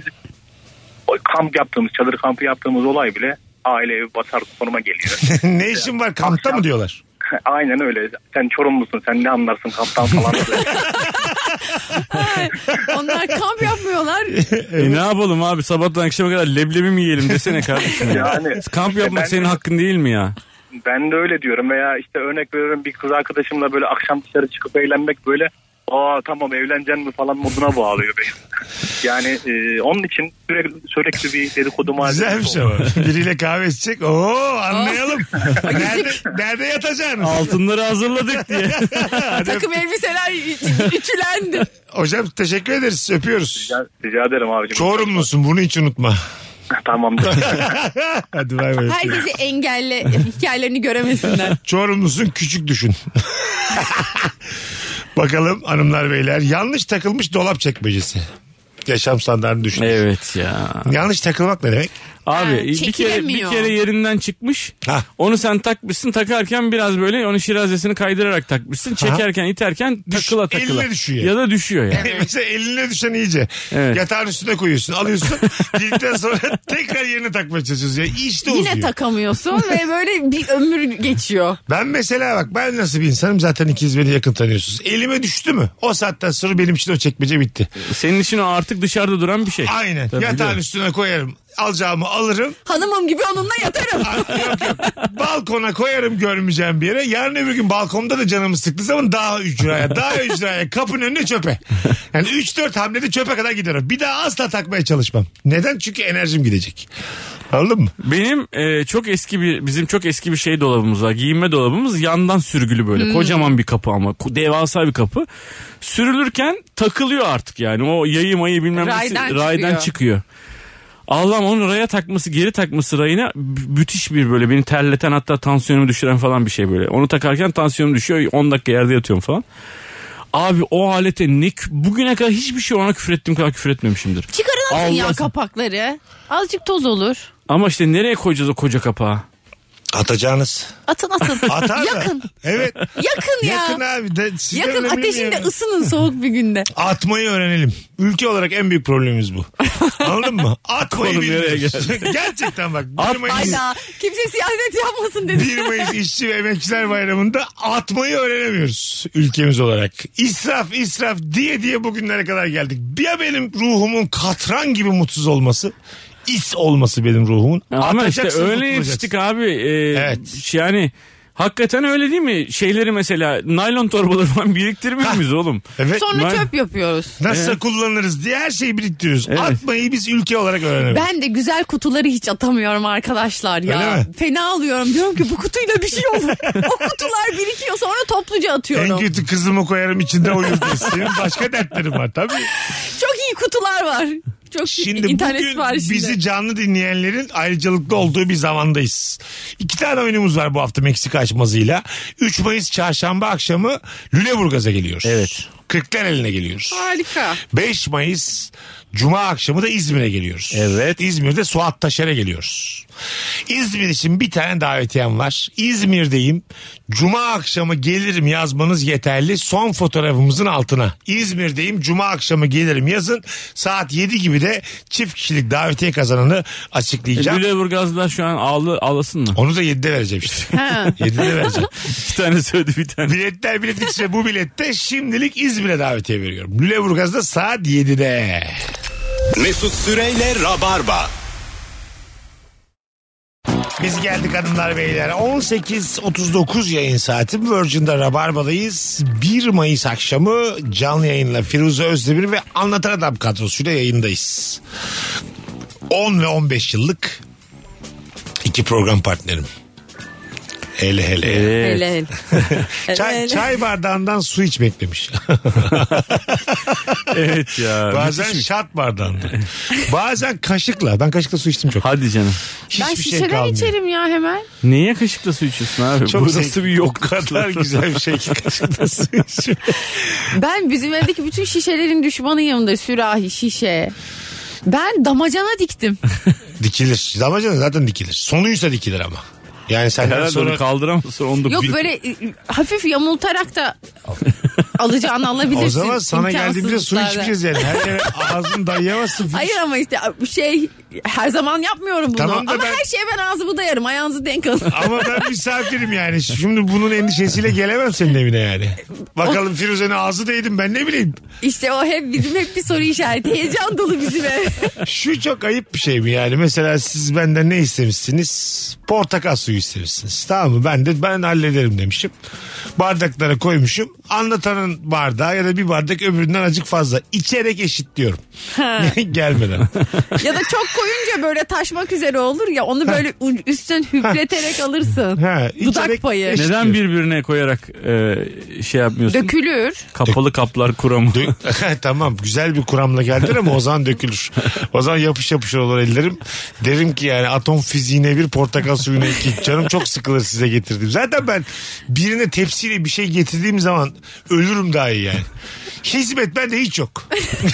çadır kampı yaptığımız olay bile aile evi batar konuma geliyor. Ne işin var kampta mı diyorlar? Aynen öyle. Sen Çorumlusun, sen ne anlarsın kamptan falan. Onlar kamp yapmıyorlar. Ne yapalım abi, sabahtan akşama kadar leblebi mi yiyelim desene kardeşim. Yani kamp yapmak senin hakkın değil mi ya? Ben de öyle diyorum. Veya işte örnek veriyorum, bir kız arkadaşımla böyle akşam dışarı çıkıp eğlenmek, böyle tamam evleneceksin mi falan moduna bağlıyor beni. Yani onun için sürekli bir dedikodu malzemesi. Güzelmiş ama. Biriyle kahve içecek. Anlayalım. Nerede yatacaksınız? Altınları hazırladık diye. Takım elbiseler ütülendi. Hocam teşekkür ederiz. Öpüyoruz. Rica ederim abicim. Çorumlusun, bunu hiç unutma. Tamamdır. Hadi bay bay. Herkesi engelle, hikayelerini göremesinler. Çorumlusun, küçük düşün. Bakalım hanımlar beyler, yanlış takılmış dolap çekmecesi. Yaşam standartını düşün. Evet ya. Yanlış takılmak ne demek? Abi bir kere yerinden çıkmış. Onu sen takmışsın, takarken biraz böyle onu şirazesini kaydırarak takmışsın. Çekerken iterken takıla. Eline düşüyor. Ya da düşüyor yani. Mesela eline düşen iyice. Evet. Yatağın üstüne koyuyorsun, alıyorsun. Girdikten sonra tekrar yerine takmaya çalışıyorsun. Yani işte uzuyor. Yine takamıyorsun ve böyle bir ömür geçiyor. Ben mesela bak, ben nasıl bir insanım, zaten ikiniz beni yakın tanıyorsunuz. Elime düştü mü o saatten sonra benim için o çekmece bitti. Senin için o artık dışarıda duran bir şey. Aynen. Tabii, Yatağın biliyorum. üstüne koyarım. alacağımı alırım. Hanımım gibi onunla yatarım. Yok. Balkona koyarım görmeyeceğim bir yere. Yarın öbür gün balkonda da canımı sıktığı zaman daha ücraya kapının önüne çöpe. Yani 3-4 hamlede çöpe kadar giderim. Bir daha asla takmaya çalışmam. Neden? Çünkü enerjim gidecek. Anladın mı? Benim bizim çok eski bir şey dolabımız var. Giyinme dolabımız yandan sürgülü böyle. Kocaman bir kapı ama devasa bir kapı. Sürülürken takılıyor artık yani. O yayı mayı bilmem nesi raydan çıkıyor. Allah'ım onun raya takması, geri takması rayına müthiş bir böyle beni terleten, hatta tansiyonumu düşüren falan bir şey böyle. Onu takarken tansiyonum düşüyor, 10 dakika yerde yatıyorum falan. Abi o alete bugüne kadar hiçbir şey ona küfür ettiğim kadar küfür etmemişimdir. Çıkarın atın ya kapakları. Azıcık toz olur. Ama işte nereye koyacağız o koca kapağı? Atacağınız. Atın. Atar yakın. Evet. Yakın ya. Yakın abi. Yakın ateşinde yani. Isının soğuk bir günde. Atmayı öğrenelim. Ülke olarak en büyük problemimiz bu. Anladın mı? Atmayı bilmiyoruz. Gerçekten bak. Hayda. Kimse siyaset yapmasın dedi. 1 Mayıs İşçi ve Emekçiler Bayramı'nda atmayı öğrenemiyoruz ülkemiz olarak. İsraf diye bugünlere kadar geldik. Ya benim ruhumun katran gibi mutsuz olması. Olması benim ruhumun. Ama işte öyle yetiştik abi. Evet. Yani hakikaten öyle değil mi? Şeyleri mesela naylon torbaları falan biriktirmiyor muyuz oğlum? Evet. Sonra çöp yapıyoruz. Nasıl kullanırız diye her şeyi biriktiriyoruz. Evet. Atmayı biz ülke olarak öğrenemeyiz. Ben de güzel kutuları hiç atamıyorum arkadaşlar ya. Öyle mi? Fena alıyorum. Diyorum ki bu kutuyla bir şey olur. O kutular birikiyor, sonra topluca atıyorum. En kötü kızımı koyarım içinde uyur diye. Senin başka dertlerin var tabii. Çok iyi kutular var. Çok Şimdi internet bugün siparişinde. bizi canlı dinleyenlerin ayrıcalıklı olduğu bir zamandayız. 2 tane oyunumuz var bu hafta Meksika açmazıyla. 3 Mayıs çarşamba akşamı Lüleburgaz'a geliyoruz. Evet. Kırklareli'ne geliyoruz. Harika. 5 Mayıs Cuma akşamı da İzmir'e geliyoruz. Evet. İzmir'de Suat Taşer'e geliyoruz. İzmir için bir tane davetiyem var. İzmir'deyim. Cuma akşamı gelirim yazmanız yeterli. Son fotoğrafımızın altına. İzmir'deyim. Cuma akşamı gelirim yazın. Saat 7 gibi de çift kişilik davetiye kazananı açıklayacağım. Lüleburgazlılar şu an ağlasın mı? Onu da 7'de vereceğim işte. 7'de vereceğim. 2 tane söyledi, bir tane. Bilet işte bu bilette şimdilik İzmir'e davetiye veriyorum. Lüleburgaz'da saat 7'de. Mesut Süreyle Rabarba. Biz geldik hanımlar beyler. 18.39 yayın saatim. Virgin'de Rabarba'dayız. 1 Mayıs akşamı canlı yayınla Firuze Özdemir ve Anlatan Adam kadrosuyla yayındayız. 10 ve 15 yıllık 2 program partnerim. Hele. Çay bardağından su içmek demiş. Evet ya. Bazen şat bardağından. Bazen kaşıkla. Ben kaşıkla su içtim çok. Hadi canım. Ben Hiçbir şişeden kalmıyor. içerim ya hemen. Niye kaşıkla su içiyorsun abi? Çok Burası bir yok. O kadar güzel bir şey ki kaşıkla su içiyorum. Ben bizim evdeki bütün şişelerin düşmanıyımdır. Sürahi, şişe. Ben damacana diktim. Dikilir. Damacana zaten dikilir. Sonuysa dikilir ama. Yani senden Herhalde sonra... onu kaldıramazsın. Onu da Yok böyle hafif yamultarak da alacağını alabilirsin. O zaman sana geldiğimizde su İmkansızlıklarda. içmeyeceğiz yani. Her yere ağzını dayayamazsın. Hayır ama işte her zaman yapmıyorum bunu. Tamam da ama ben- her şeye ben ağzımı dayarım. Ayağınızı denk alın. Ama ben misafirim yani. Şimdi bunun endişesiyle gelemem senin evine yani. Bakalım Firuze'nin ağzı değdim ben ne bileyim. İşte o hep bir soru işareti. Heyecan dolu bizim ev. Şu çok ayıp bir şey mi yani? Mesela siz benden ne istemişsiniz? Portakal suyu istemişsiniz. Tamam mı? Ben hallederim demişim. Bardaklara koymuşum. Anlatanın bardağı ya da bir bardak öbüründen azıcık fazla. İçerek eşitliyorum. Gelmeden. Ya da çok koyunca böyle taşmak üzere olur ya, onu böyle üstten hüpleterek alırsın. Ha, Dudak içerek payı. eşit. Neden birbirine koyarak şey yapmıyorsun? Dökülür. Kapalı kaplar kuramı. Tamam güzel bir kuramla geldin ama o zaman dökülür. O zaman yapış olur ellerim. Derim ki yani atom fiziğine bir, portakal suyuna 2. Canım çok sıkılır size getirdim. Zaten ben birine tepsiyle bir şey getirdiğim zaman ölürüm daha iyi yani. Hizmet bende hiç yok.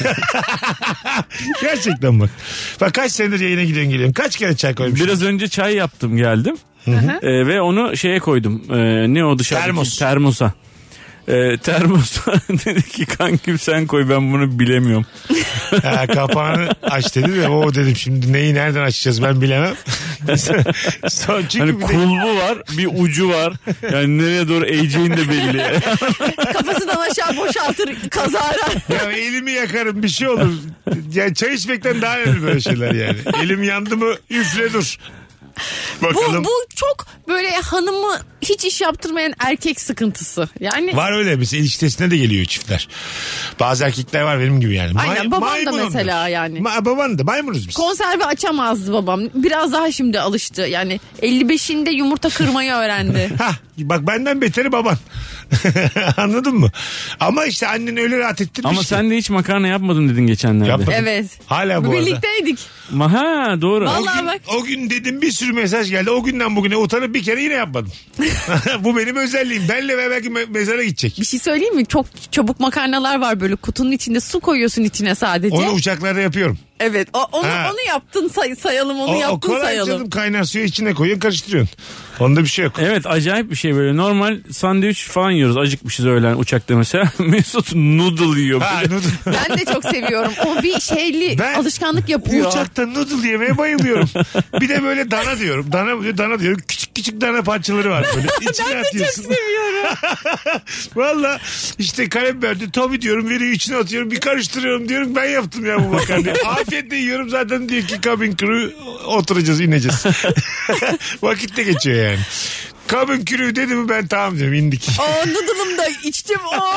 Gerçekten bak. Bak kaç senedir yayına gidiyorsun geliyorsun. Kaç kere çay koymuşsun? Biraz önce çay yaptım geldim. Ve onu şeye koydum. Ne o dışarıdaki? Termosa. Termosa dedi ki kankim sen koy, ben bunu bilemiyorum. Kapağını aç dedi de o dedim şimdi neyi nereden açacağız ben bilemem. Çünkü Hani kulbu var, bir ucu var. Yani nereye doğru eğeceğin de belli. Kafasından aşağı boşaltır kazara. Ya elimi yakarım bir şey olur. Yani çay içmekten daha önemli böyle şeyler yani. Elim yandı mı üfle dur. Bakalım. Bu çok böyle hanımı hiç iş yaptırmayan erkek sıkıntısı. Yani var öyle mesela ilişkisine de geliyor çiftler. Bazı erkekler var benim gibi yani. Aynen babam da mesela onlar. yani. Baban da maymunuz biz. Konserve açamazdı babam. Biraz daha şimdi alıştı. Yani 55'inde yumurta kırmayı öğrendi. Hah, bak benden beteri baban. Anladın mı? Ama işte annen öyle rahat ettirmiş. Ama sen de hiç makarna yapmadın dedin geçenlerde. Yapmadım. Evet. Hala bu arada. Birlikteydik. Ha doğru. Vallahi bak. O gün dedim bir sürü mesaj geldi. O günden bugüne utanıp bir kere yine yapmadım. Bu benim özelliğim. Benle ve belki mezara gidecek. Bir şey söyleyeyim mi? Çok çabuk makarnalar var böyle kutunun içinde su koyuyorsun içine sadece. Onu uçaklarda yapıyorum. Evet onu yaptın sayalım onu yaptın o kolay sayalım. canım, kaynar suyu içine koyuyorsun karıştırıyorsun. Onda bir şey yok. Evet acayip bir şey böyle. Normal sandviç falan yiyoruz. Acıkmışız öğlen uçakta mesela. Mesut noodle yiyor. Ha, noodle. Ben de çok seviyorum. O bir alışkanlık yapıyor. Uçakta noodle yemeye bayılıyorum. Bir de böyle dana diyorum. Dana diyorum. Küçük küçük dana parçaları var böyle. İçine Ben de atıyorsun. çok seviyorum. Valla işte karabiberdi Tobi diyorum, veriyor içine atıyorum, bir karıştırıyorum diyorum, ben yaptım ya bu makarnayı. Afiyetle yiyorum zaten, diyor ki cabin crew oturacağız ineceğiz. Vakit de geçiyor yani. Cabin crew dedi mi ben tamam diyorum, indik. Noodle'ım da içtim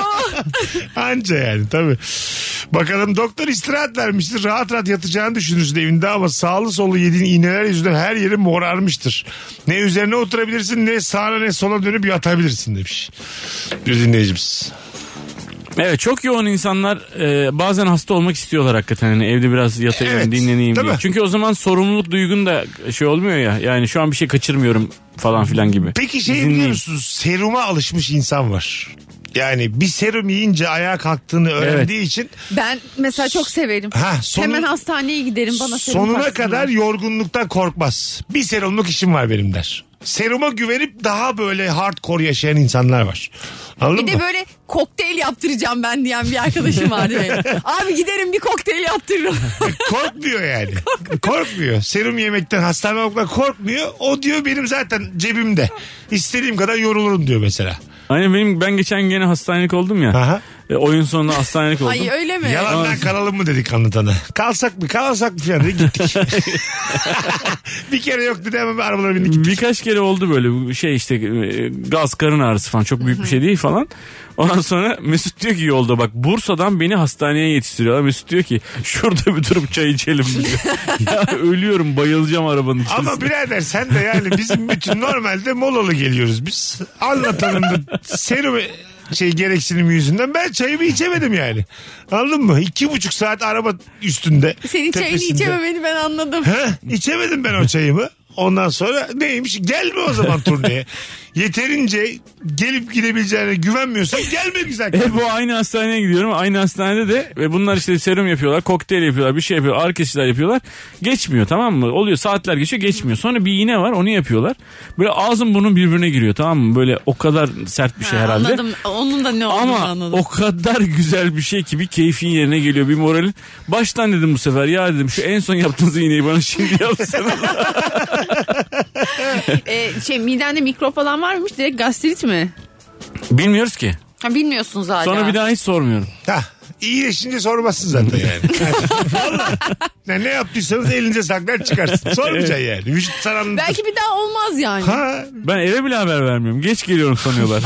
Anca yani tabii. Bakalım doktor istirahat vermiştir. Rahat rahat yatacağını düşünürsün evinde ama sağlı sollu yediğin iğneler yüzünden her yerin morarmıştır. Ne üzerine oturabilirsin ne sağına ne sola dönüp yatabilirsin demiş bir dinleyicimiz. Evet çok yoğun insanlar bazen hasta olmak istiyorlar hakikaten. Yani evde biraz yatayım Evet, dinleneyim diye. mi? Çünkü o zaman sorumluluk duygun da şey olmuyor ya. Yani şu an bir şey kaçırmıyorum falan filan gibi. Peki İzinliyim. biliyor musunuz? Seruma alışmış insan var. Yani bir serum yiyince ayağa kalktığını öğrendiği için. Ben mesela çok severim. Hemen hastaneye giderim bana serum sonuna taksınlar. kadar yorgunluktan korkmaz. Bir serumluk işim var benim der. Seruma güvenip daha böyle hardcore yaşayan insanlar var. Anladın Bir mı? de böyle kokteyl yaptıracağım ben diyen bir arkadaşım vardı benim. Abi giderim bir kokteyl yaptırırım. Korkmuyor yani. Korkmuyor. Serum yemekten, hastane olmaktan korkmuyor. O diyor benim zaten cebimde. İstediğim kadar yorulurum diyor mesela. Aynen ben geçen gene hastanelik oldum ya. Aha. Oyun sonunda hastanelik oldum. Ay öyle mi? Yalandan kalalım mı dedik anlatana. Kalsak mı falan dedi, gittik. Bir kere yok dedi, hemen arabalara bindik gittik. Birkaç kere oldu böyle şey işte gaz karın ağrısı falan, çok büyük bir şey değil falan. Ondan sonra Mesut diyor ki yolda bak Bursa'dan beni hastaneye yetiştiriyorlar. Mesut diyor ki şurada bir durup çay içelim diyor. Ya ölüyorum, bayılacağım arabanın içerisinde. Ama birader sen de yani bizim bütün normalde molalı geliyoruz biz. Anlatanın da serum gereksinimi yüzünden ben çayımı içemedim yani. Anladın mı? 2,5 saat araba üstünde. Senin çayını içememeni ben anladım. İçemedim ben o çayımı. Ondan sonra neymiş? Gelme o zaman turneye. Yeterince gelip gidebileceğine güvenmiyorsan gelme güzel. Bu aynı hastaneye gidiyorum. Aynı hastanede de ve bunlar işte serum yapıyorlar, kokteyl yapıyorlar, bir şey yapıyorlar, ağrı kesiciler yapıyorlar. Geçmiyor, tamam mı? Oluyor, saatler geçiyor, geçmiyor. Sonra bir iğne var, onu yapıyorlar. Böyle ağzım burnum birbirine giriyor, tamam mı? Böyle o kadar sert bir şey herhalde. Anladım. Onun da ne olduğunu ama anladım. o kadar güzel bir şey ki bir keyfin yerine geliyor, bir moralin. Baştan dedim bu sefer, ya dedim şu en son yaptığınız iğneyi bana şimdi yapsanız. Midende mikrop falan varmış, direkt gastrit mi? Bilmiyoruz ki. Bilmiyorsunuz hala. Sonra bir daha hiç sormuyorum. İyileşince sormazsın zaten yani. Vallahi. Yani ne yaptıysanız elinize saklar çıkarsın. Sormayacaksın yani. Vücut sana anlatır. Belki bir daha olmaz yani. Ben eve bile haber vermiyorum. Geç geliyorum sanıyorlar.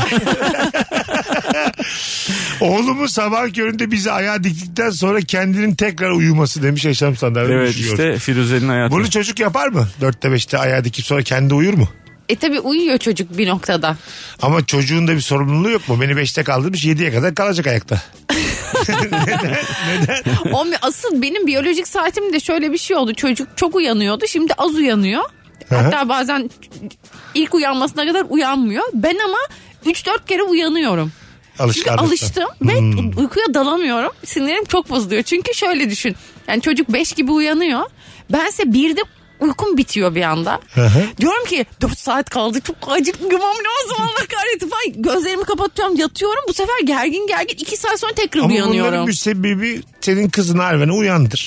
Oğlumu sabah köründe bizi ayağa diktikten sonra kendinin tekrar uyuması demiş yaşam standartı. Evet işte Firuze'nin hayatı. Bunu çocuk yapar mı? 4'te 5'te ayağa dikip sonra kendi uyur mu? Tabii uyuyor çocuk bir noktada. Ama çocuğun da bir sorumluluğu yok mu? Beni 5'te kaldırmış 7'ye kadar kalacak ayakta. Neden? Asıl benim biyolojik saatimde şöyle bir şey oldu. Çocuk çok uyanıyordu, şimdi az uyanıyor. Hatta bazen ilk uyanmasına kadar uyanmıyor. Ben ama 3-4 kere uyanıyorum. Çünkü alıştım ve uykuya dalamıyorum. Sinirim çok bozuluyor. Çünkü şöyle düşün. Yani çocuk 5 gibi uyanıyor. Bense 1'de uykum bitiyor bir anda. Diyorum ki 4 saat kaldı, çok acıkmam lazım, Allah kahretsin falan. Gözlerimi kapatıyorum, yatıyorum. Bu sefer gergin 2 saat sonra tekrar uyanıyorum. Ama bunların müsebbibi senin kızın Arven'i uyandır.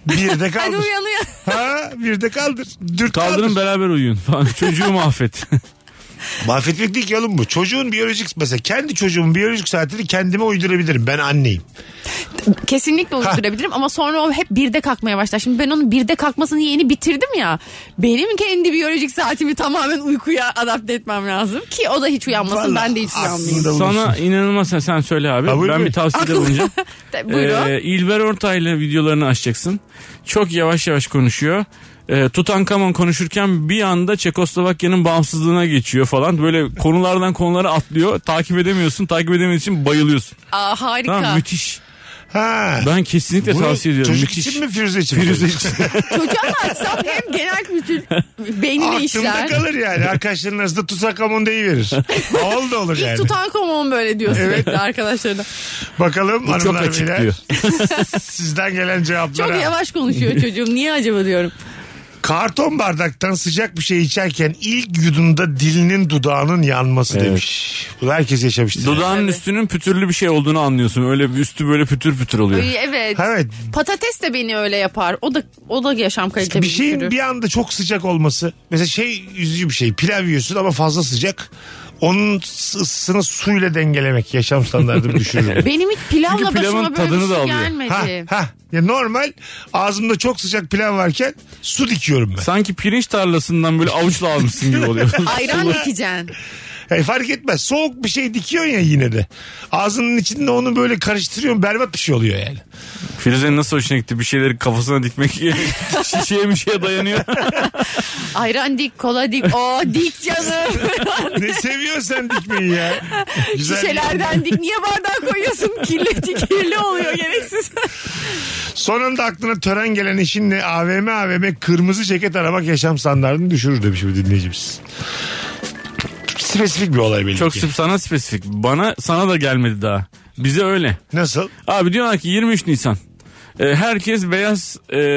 Bir de Hadi kaldır. uyanıyor. Ha, bir de kaldır. Dürt Kaldırın kaldır. beraber uyuyun falan. Çocuğu mahvet. Mahvetmek değil ki oğlum bu. Çocuğun biyolojik, mesela kendi çocuğumun biyolojik saatini kendime uydurabilirim. Ben anneyim. Kesinlikle uydurabilirim ama sonra o hep birde kalkmaya başlar. Şimdi ben onun birde kalkmasını yeni bitirdim ya. Benim kendi biyolojik saatimi tamamen uykuya adapte etmem lazım. Ki o da hiç uyanmasın, Vallahi ben de hiç uyanmayayım. aslında Sana inanılmaz, sen söyle abi. Ha, buyur, ben buyur. bir tavsiyede bulunacağım. Buyurun. İlber Ortaylı videolarını açacaksın. Çok yavaş yavaş konuşuyor. Tutankamon konuşurken bir anda Çekoslovakya'nın bağımsızlığına geçiyor falan. Böyle konulardan konulara atlıyor. Takip edemiyorsun. Takip edemediğin için bayılıyorsun. Aa, harika. Tamam, müthiş. Ha. Ben kesinlikle Bunu tavsiye ediyorum. çocuk Müthiş. için mi, Firuze için mi? Firuze için. Çocuğa mı açsam hem genel kültür beynine Aklımda işler. kalır yani. Arkadaşların arasında Tutankhamon deyiverir. Oğul da olur İlk yani. Tutankamon böyle diyor sürekli arkadaşlarına. Bakalım Bu çok hanımlar açık beyler. diyor. Sizden gelen cevaplara. Çok yavaş konuşuyor çocuğum. Niye acaba diyorum. Karton bardaktan sıcak bir şey içerken ilk yudumda dilinin dudağının yanması demiş. Bunu herkes yaşamıştır. Dudağının Evet. üstünün pütürlü bir şey olduğunu anlıyorsun. Öyle bir üstü böyle pütür pütür oluyor. Ay, evet. Evet. Patates de beni öyle yapar. O da yaşam kalitemi Bir şeyin düşürür. bir anda çok sıcak olması. Mesela üzücü bir şey. Pilav yiyorsun ama fazla sıcak. Onun ısısını suyla dengelemek yaşam standartını düşürür. Benim hiç pilavla Çünkü pilavın başıma böyle tadını bir da şey alıyor. gelmedi. Ya normal ağzımda çok sıcak pilav varken su dikiyorum ben. Sanki pirinç tarlasından böyle avuçla almışsın gibi oluyor. Ayran dikeceksin. Fark etmez. Soğuk bir şey dikiyorsun ya yine de. Ağzının içinde onu böyle karıştırıyorsun. Berbat bir şey oluyor yani. Firuze'nin nasıl hoşuna gitti bir şeyleri kafasına dikmek şişeye bir şeye dayanıyor. Ayran dik, kola dik. Dik canım. Ne seviyorsun sen dikmeyi ya? Güzel. Şişelerden dik. Niye bardağa koyuyorsun? Kirli oluyor gereksiz. Son anda aklına tören gelen eşinle AVM kırmızı ceket aramak yaşam standartını düşürür demiş bir dinleyicimiz. Spesifik bir olay belki. Çok sana spesifik. Sana da gelmedi daha. Bize öyle. Nasıl? Abi diyorlar ki 23 Nisan. Herkes beyaz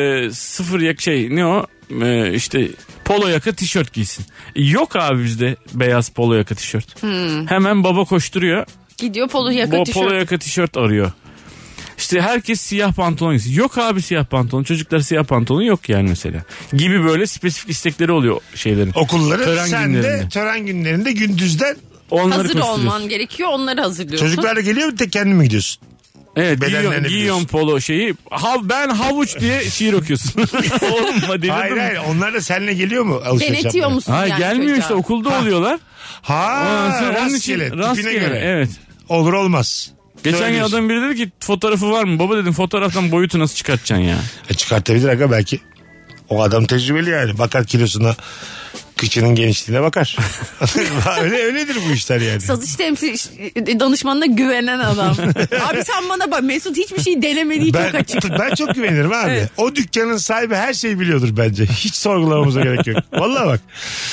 işte polo yaka tişört giysin. Yok abi bizde beyaz polo yaka tişört. Hemen baba koşturuyor. Gidiyor polo yaka tişört. Polo yaka tişört arıyor. İşte herkes siyah pantolon giysin. Yok abi siyah pantolon. Çocuklar siyah pantolon yok yani mesela. Gibi böyle spesifik istekleri oluyor şeylerin. Okulları Tören sen günlerinde. de tören günlerinde gündüzden Onları Hazır koşturuyorsun. olman gerekiyor. Onları hazırlıyorsun. çocuklar da geliyor mu tek kendin mi gidiyorsun? Evet Bedenlerini giyiyorsun polo şeyi. Ben havuç diye şiir okuyorsun. Oğlum delirdin Hayır mi? hayır onlar da seninle geliyor mu alışveriş Denetiyor yapmaya? musun Hayır yani gelmiyor çocuğa? işte okulda oluyorlar. Onun için Rastgele tipine göre. Evet. Olur olmaz. Geçen gün Söylüyorsun. adam biri dedi ki fotoğrafı var mı? Baba dedim fotoğraftan boyutu nasıl çıkartacaksın ya? Çıkartabilir aga belki. O adam tecrübeli yani. Bakar kilosuna, kıçının genişliğine bakar. Öyledir bu işler yani. Satış danışmanına güvenen adam. Abi sen bana bak, Mesut hiçbir şey denemediği çok açık. Ben çok güvenirim abi. Evet. O dükkanın sahibi her şeyi biliyordur bence. Hiç sorgulamamıza gerek yok. Vallahi bak.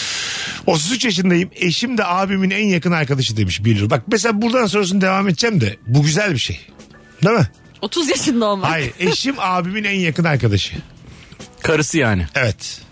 33 yaşındayım. Eşim de abimin en yakın arkadaşı demiş bilir. Bak mesela buradan sonrasını devam edeceğim de bu güzel bir şey. Değil mi? 30 yaşında olmak. Hayır. Eşim abimin en yakın arkadaşı. Karısı yani. Evet.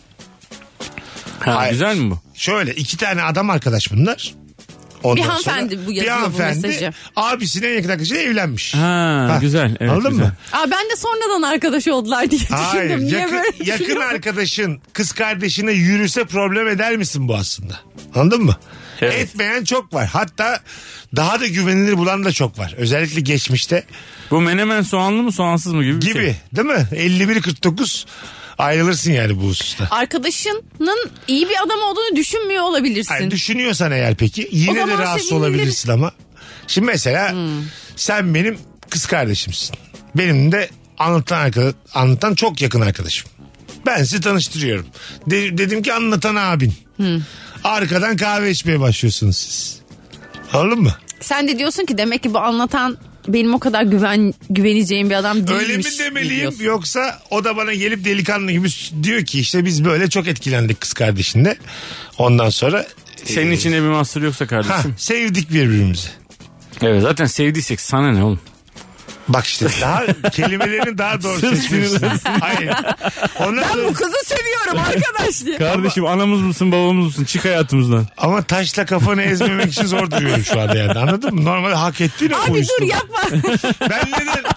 Ha, Hayır. güzel mi bu? Şöyle 2 tane adam arkadaş bunlar. Ondan Bir hanımefendi sonra bu yazıyor bir bu hanımefendi mesajı. abisinin en yakın arkadaşıyla evlenmiş. Ha, güzel. Evet, Anladın güzel. mı? Ben de sonradan arkadaş oldular diye Hayır. düşündüm. Niye böyle Yakın düşünüyorsun? arkadaşın kız kardeşine yürüse problem eder misin bu aslında? Anladın mı? Evet. Etmeyen çok var. Hatta daha da güvenilir bulan da çok var. Özellikle geçmişte Bu menemen soğanlı mı soğansız mı gibi bir gibi şey. değil mi? 51-49 ayrılırsın yani bu hususta. Arkadaşının iyi bir adam olduğunu düşünmüyor olabilirsin. Yani düşünüyorsan eğer peki yine de zaman rahatsız sevinilir. olabilirsin ama. Şimdi mesela sen benim kız kardeşimsin. Benim de anlatan çok yakın arkadaşım. Ben sizi tanıştırıyorum. Dedim ki anlatan abin. Arkadan kahve içmeye başlıyorsunuz siz. Anladın mı? Sen de diyorsun ki demek ki bu anlatan benim o kadar güveneceğim bir adam değilmiş. Öyle mi demeliyim diyorsun. yoksa o da bana gelip delikanlı gibi diyor ki işte biz böyle çok etkilendik kız kardeşinle. Ondan sonra Senin içinde bir mahsur yoksa kardeşim. sevdik birbirimizi. Evet zaten sevdiysek sana ne oğlum? Bak işte daha kelimelerini daha doğru seçmişsin. Hayır. Ben bu kızı seviyorum arkadaş diye. Kardeşim anamız mısın babamız mısın? Çık hayatımızdan. Ama taşla kafanı ezmemek için zor duruyorum şu anda yani. Anladın mı? Normalde hak ettiğini Abi dur yapma. Ben neden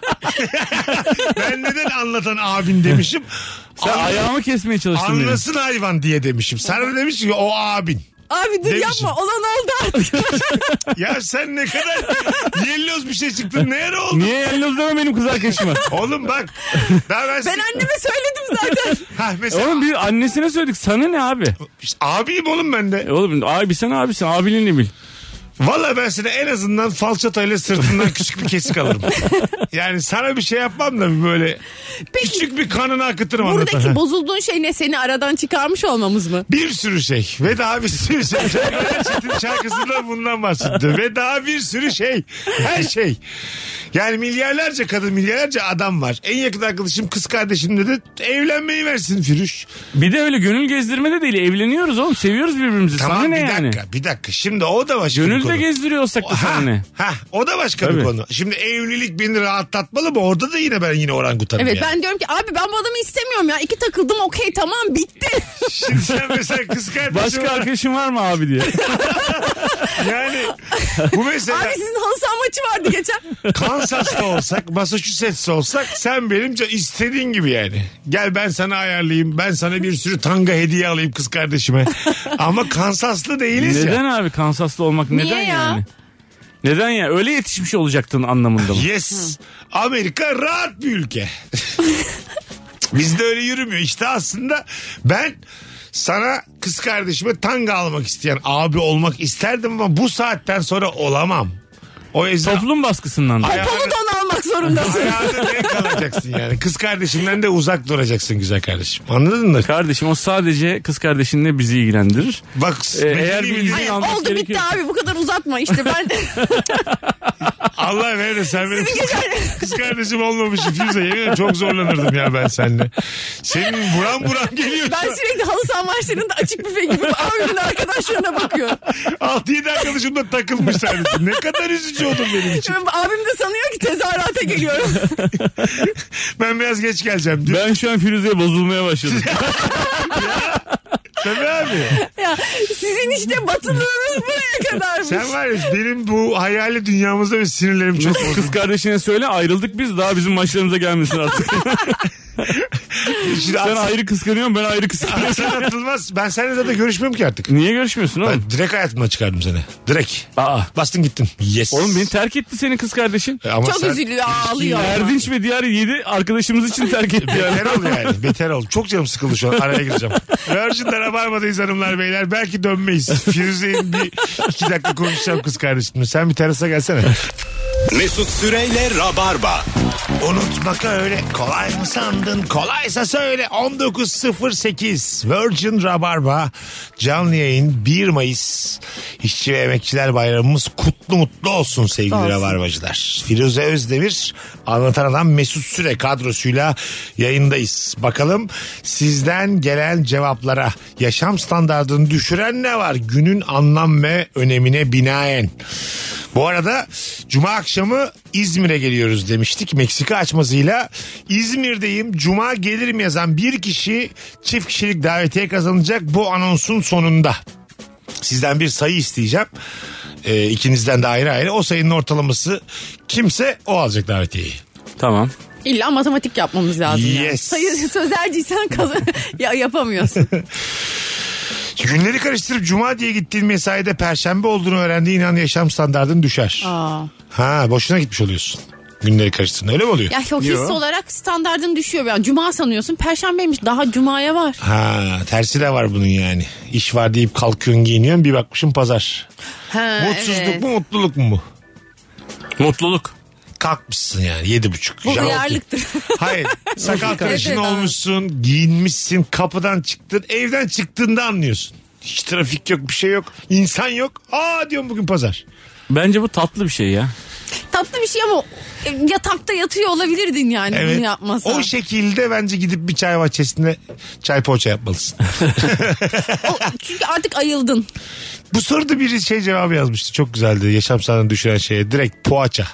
Ben neden anlatan abin demişim. Sen ayağımı kesmeye çalıştın benim. Anlasın hayvan diye demişim. Sana demiş ki o abin. Abi dur Demişim. yapma, olan oldu artık. Ya sen ne kadar yelloz bir şey çıktın. Ne yere oldu? Niye yalnız deme benim kız arkadaşıma? Oğlum bak. Daha Ben anneme söyledim zaten. Ha, mesela... Oğlum bir annesine söyledik. Sana ne abi? İşte abiyim oğlum ben de. Oğlum abi sen abisin. Abiliğini bil. Valla ben sana en azından falçatayla sırtından küçük bir kesik alırım. Yani sana bir şey yapmam da böyle küçük bir kanını akıtırım. Buradaki anlatan. bozulduğun şey ne? Seni aradan çıkarmış olmamız mı? Bir sürü şey ve daha bir sürü şey. Şarkılar Çetin şarkısında bundan bahsetti. Ve daha bir sürü şey. Her şey. Yani milyarlarca kadın, milyarlarca adam var. En yakın arkadaşım, kız kardeşim dedi evlenmeyi versin Firuş. Bir de öyle gönül gezdirme de değil. Evleniyoruz oğlum. Seviyoruz birbirimizi. Tamam sana ne bir dakika, yani? bir dakika. Şimdi o da başka bir Gönül konu. de gezdiriyorsak da sana ne? O da başka bir Tabii. konu. Şimdi evlilik beni rahatlatmalı mı? Orada da yine orangutanım Evet, yani. ben diyorum ki abi ben bu adamı istemiyorum ya. 2 takıldım, okey tamam, bitti. Şimdi sen mesela kız kardeşim Başka arkadaşın var mı abi diye. Yani bu mesela Abi sizin halı saha maçı vardı geçen. Kansas'ta olsak, Massachusetts'te olsak sen benim istediğin gibi yani. Gel ben sana ayarlayayım. Ben sana bir sürü tanga hediye alayım kız kardeşime. Ama Kansaslı değiliz Neden ya. abi Kansaslı olmak Niye neden ya? yani? Neden ya? Öyle yetişmiş olacaktın anlamında mı? Yes. Amerika rahat bir ülke. Bizde öyle yürümüyor. İşte aslında ben sana kız kardeşime tanga almak isteyen abi olmak isterdim ama bu saatten sonra olamam. O yüzden Toplum baskısından da. Polo don almak zorundasın. hayatı ne kalacaksın yani. Kız kardeşinden de uzak duracaksın güzel kardeşim. Anladın mı? Kardeşim o sadece kız kardeşinle bizi ilgilendirir. Bak eğer bir izin Hayır, almak oldu bitti gerekiyor. abi, bu kadar uzatma işte ben. Allah verir sen benim kız kardeşim olmamışsın Firuze. Yemin ederim çok zorlanırdım ya ben seninle. Senin buram geliyor. Ben sürekli halı saha maçlarında açık büfe gibi abimin arkadaşlarına bakıyorum. 6-7 arkadaşım da takılmış sadece. Ne kadar üzücü oldum benim için. Abim de sanıyor ki tezahürata geliyorum. Ben biraz geç geleceğim diyor. Ben şu an Firuze'ye bozulmaya başladım. Tabii abi. Ya sizin işte batılığınız buraya kadarmış. Sen var ya benim bu hayali dünyamızda ve sinirlerim çok bozuldu. Kız kardeşine söyle ayrıldık biz, daha bizim maçlarımıza gelmesin artık. Şimdi Sen ayrı kıskanıyorsun, ben ayrı kıskanıyorum. Sen atılmaz. Ben seninle zaten görüşmüyorum ki artık. Niye görüşmüyorsun oğlum? Ben direkt hayatımdan çıkardım seni. Direkt. Aa. Bastın gittin. Yes. Oğlum beni terk etti senin kız kardeşin. Ama Çok sen- üzülüyor, ağlıyor. Erdinç ve diğer 7 arkadaşımız için terk etti yani. Beter ol yani. Beter ol. Çok canım sıkıldı şu an. Araya gireceğim. Virgin'de Rabarba'dayız hanımlar beyler. Belki dönmeyiz. Firuze'nin bir 2 dakika konuşacağım kız kardeşimle. Sen bir terasa gelsene. Mesut Süreyle Rabarba. Unutmak öyle kolay mı sandın? Kolaysa söyle. 19.08 Virgin Rabarba canlı yayın 1 Mayıs İşçi ve Emekçiler Bayramımız kutlu mutlu olsun sevgili Olsun. Rabarbacılar. Firuze Özdemir, Anlatan Adam Mesut Süre kadrosuyla yayındayız. Bakalım sizden gelen cevaplara. Yaşam standartını düşüren ne var? Günün anlam ve önemine binaen. Bu arada Cuma akşamı İzmir'e geliyoruz demiştik. Meksika açmasıyla İzmir'deyim. Cuma gelirim yazan bir kişi çift kişilik davetiye kazanacak bu anonsun sonunda. Sizden bir sayı isteyeceğim. İkinizden de ayrı ayrı. O sayının ortalaması kimse o alacak davetiyeyi. Tamam. İlla matematik yapmamız lazım. Yani. Yes. Sayı sözelciysen ya yapamıyorsun. Günleri karıştırıp Cuma diye gittiğin mesaide Perşembe olduğunu öğrendiğin an yaşam standartın düşer. Aa. Ha, boşuna gitmiş oluyorsun. Günleri karıştırdın, öyle mi oluyor? Ya o his Yo. olarak standardın düşüyor. Yani Cuma sanıyorsun, Perşembeymiş, daha Cuma'ya var. Ha, tersi de var bunun yani. İş var deyip kalkıyorsun, giyiniyorsun, bir bakmışsın pazar. Ha, Mutsuzluk evet. mu mutluluk mu bu? Mutluluk. Kalkmışsın yani 7.30. Bu Janti. uyarlıktır. Hayır, sakal tıraşın Evet, olmuşsun, giyinmişsin, kapıdan çıktın, evden çıktığında anlıyorsun. Hiç trafik yok, bir şey yok, insan yok. Aa diyorum bugün pazar. Bence bu tatlı bir şey ya. Tatlı bir şey ama yatakta yatıyor olabilirdin yani Evet. bunu yapmasan. O şekilde bence gidip bir çay bahçesinde çay poğaça yapmalısın. Çünkü artık ayıldın. Bu soruda bir cevabı yazmıştı. Çok güzeldi. Yaşam standartını düşüren şeye. Direkt poğaça.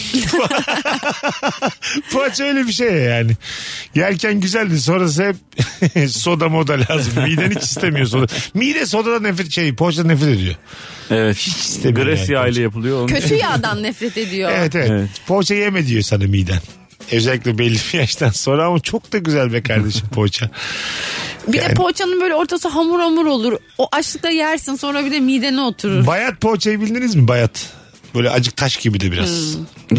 Poğaça öyle bir şey yani. Yerken güzeldi. Sonrası hep soda moda lazım. Miden hiç istemiyor soda. Mide sodadan poğaçadan nefret ediyor. Evet. Hiç istemiyor Gres yani. yağ ile yapılıyor. Onun Kötü yağdan nefret ediyor. Evet. Evet. Poğaça yeme diyor sana miden. Özellikle belli bir yaştan sonra, ama çok da güzel be kardeşim poğaça. Bir de poğaçanın böyle ortası hamur hamur olur. O açlıkta yersin, sonra bir de midene oturur. Bayat poğaçayı bildiniz mi? Bayat. Böyle acık taş gibi de biraz.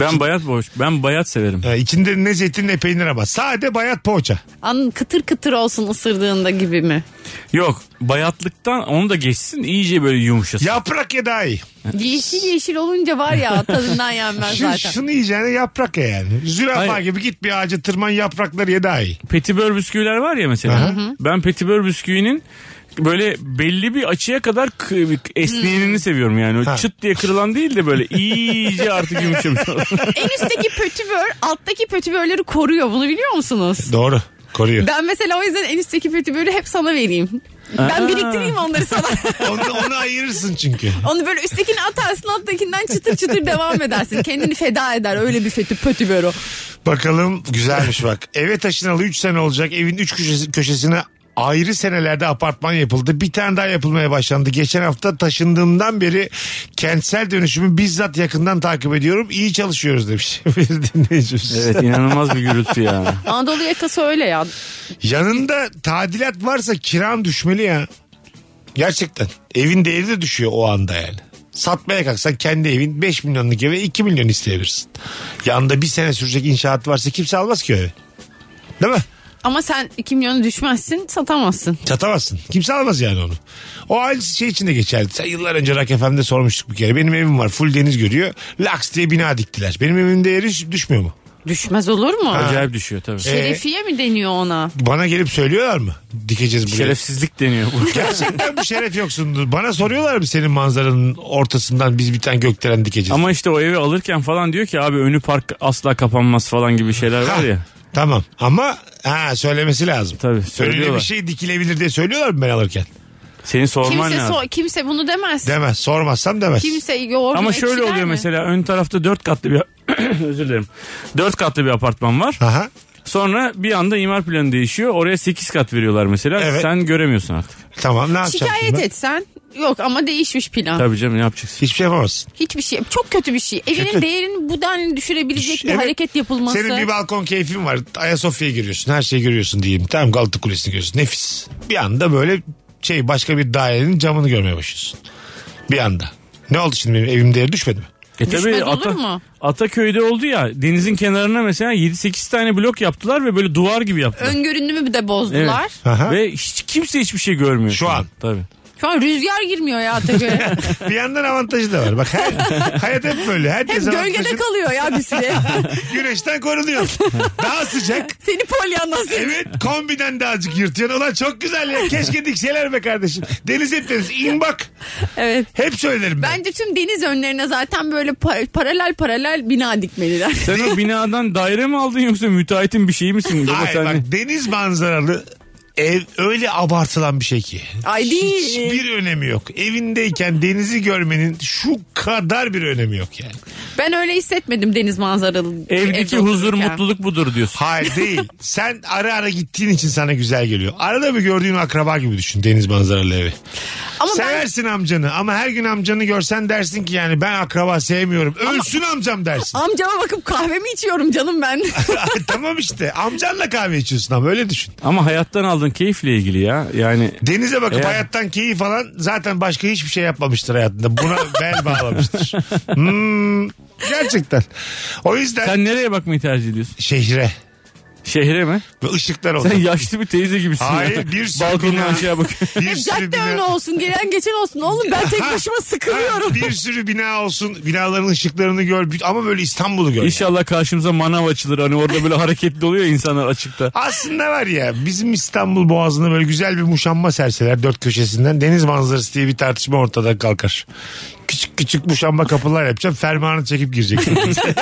Ben bayat severim. İçinde ne zeytin ne peynir ama. Sade bayat poğaça. Kıtır kıtır olsun ısırdığında gibi mi? Yok, bayatlıktan onu da geçsin, iyice böyle yumuşasın. Yaprak ye daha iyi. Yeşil olunca var ya, tadından yenmez zaten. Şunu yiyeceğine yaprak ye yani. Zürafa Hayır. gibi git bir ağaca tırman, yaprakları ye daha iyi. Petibör bisküviler var ya mesela. Ben petibör bisküvinin böyle belli bir açıya kadar esneyenini seviyorum yani. O çıt diye kırılan değil de böyle iyice artık yumuşamış. En üstteki pötibör alttaki pötibörleri koruyor, bunu biliyor musunuz? Doğru, koruyor. Ben mesela o yüzden en üstteki pötibörü hep sana vereyim. Ben biriktireyim onları sana. Onu ayırırsın çünkü. Onu böyle üsttekini atarsın, alttakinden çıtır çıtır devam edersin. Kendini feda eder, öyle bir pötibör o. Bakalım, güzelmiş bak. Eve taşınalı 3 sene olacak. Evin 3 köşesine ayrı senelerde apartman yapıldı. Bir tane daha yapılmaya başlandı. Geçen hafta taşındığımdan beri kentsel dönüşümü bizzat yakından takip ediyorum. İyi çalışıyoruz demiş bir dinleyicimiz. Evet, inanılmaz bir gürültü ya. Anadolu yakası öyle ya. Yanında tadilat varsa kiran düşmeli ya. Gerçekten. Evin değeri de düşüyor o anda yani. Satmaya kalksan kendi evin 5 milyonluk eve 2 milyon isteyebilirsin. Yanında bir sene sürecek inşaat varsa kimse almaz ki o evi. Değil mi? Ama sen 2 milyonu düşmezsin, satamazsın. Satamazsın. Kimse almaz yani onu. O aynı şey için de geçerli. Sen yıllar önce Rock FM'de sormuştuk bir kere. Benim evim var, full deniz görüyor. Laks diye bina diktiler. Benim evimin değeri düşmüyor mu? Düşmez olur mu? Acayip düşüyor tabii. Şerefiye mi deniyor ona? Bana gelip söylüyorlar mı? Dikeceğiz buraya. Şerefsizlik deniyor bu. Gerçekten bu şeref yoksundur. Bana soruyorlar mı senin manzaranın ortasından biz bir tane gökdelen dikeceğiz? Ama işte o evi alırken falan diyor ki abi önü park asla kapanmaz falan gibi şeyler var ya. Tamam ama söylemesi lazım. Tabii, Öyle söylüyorlar. bir şey dikilebilir diye söylüyorlar mı ben alırken? Senin sorman lazım. Kimse bunu demez. Demez. Sormazsam demez. Kimse yoğurdu Ama şöyle oluyor mi? Mesela ön tarafta 4 katlı bir özür dilerim. 4 katlı bir apartman var. Aha. Sonra bir anda imar planı değişiyor. Oraya 8 kat veriyorlar mesela. Evet. Sen göremiyorsun artık. Tamam, ne yapacaksın? Şikayet etsen yok ama değişmiş plan. Tabii canım, ne yapacaksın? Hiçbir şey yapamazsın. Hiçbir şey. Çok kötü bir şey. Evinin değerini bu denli düşürebilecek bir hareket yapılması. Senin bir balkon keyfin var. Ayasofya'ya giriyorsun. Her şeyi görüyorsun diyeyim. Tamam, Galata Kulesi'ni görüyorsun. Nefis. Bir anda böyle başka bir dairenin camını görmeye başlıyorsun. Bir anda. Ne oldu şimdi, benim evim değeri düşmedi mi? Düşmez olur mu? Ataköy'de oldu ya, denizin kenarına mesela 7-8 tane blok yaptılar ve böyle duvar gibi yaptılar. Öngörünümü de bozdular. Evet. Ve kimse hiçbir şey görmüyor. Şu an. Tabii. Şu an rüzgar girmiyor ya Ataköy'e. Bir yandan avantajı da var. Bak hayat hep böyle. Herkes hep gölgede kalıyor ya bir süre. Güneşten korunuyor. Daha sıcak. Seni polyanlasın. Evet, kombiden de azıcık yırtıyorsun. Ulan çok güzel ya. Keşke dikseler be kardeşim. Deniz hep deniz. İn bak. Evet. Hep söylerim ben. Bence tüm deniz önlerine zaten böyle paralel bina dikmeliler. Sen o binadan daire mi aldın yoksa müteahhitin bir şeyi misin? Hayır bak, deniz manzaralı ev öyle abartılan bir şey ki. Ay değil. Hiçbir önemi yok. Evindeyken denizi görmenin şu kadar bir önemi yok yani. Ben öyle hissetmedim deniz manzaralı. Evdeki huzur, mutluluk budur diyorsun. Hayır değil. Sen ara ara gittiğin için sana güzel geliyor. Arada bir gördüğün akraba gibi düşün deniz manzaralı evi. Ama seversin amcanı ama her gün amcanı görsen dersin ki yani ben akraba sevmiyorum. Ölsün amcam dersin. Amcama bakıp kahvemi içiyorum canım ben. Tamam işte, amcanla kahve içiyorsun ama öyle düşün. Ama hayattan aldığın keyifle ilgili ya. Yani denize bakıp hayattan keyif alan zaten başka hiçbir şey yapmamıştır hayatında. Buna bel bağlamıştır. Gerçekten. O yüzden. Sen nereye bakmayı tercih ediyorsun? Şehre. Şehre mi? Ve ışıklar olsun. Sen yaşlı bir teyze gibisin. Hayır, ya. bir sürü balkondan bina. aşağı bak. Bir sürü Cadde önü olsun, gelen geçen olsun. Oğlum ben tek başıma sıkılıyorum. Bir sürü bina olsun. Binaların ışıklarını gör. Ama böyle İstanbul'u gör. İnşallah karşımıza manav açılır. Hani orada böyle hareketli oluyor insanlar açıkta. Aslında var ya, bizim İstanbul Boğazı'na böyle güzel bir muşamba serseler dört köşesinden, deniz manzarası diye bir tartışma ortadan kalkar. Küçük küçük muşamba kapılar yapacağım. Fermuarını çekip gireceksin.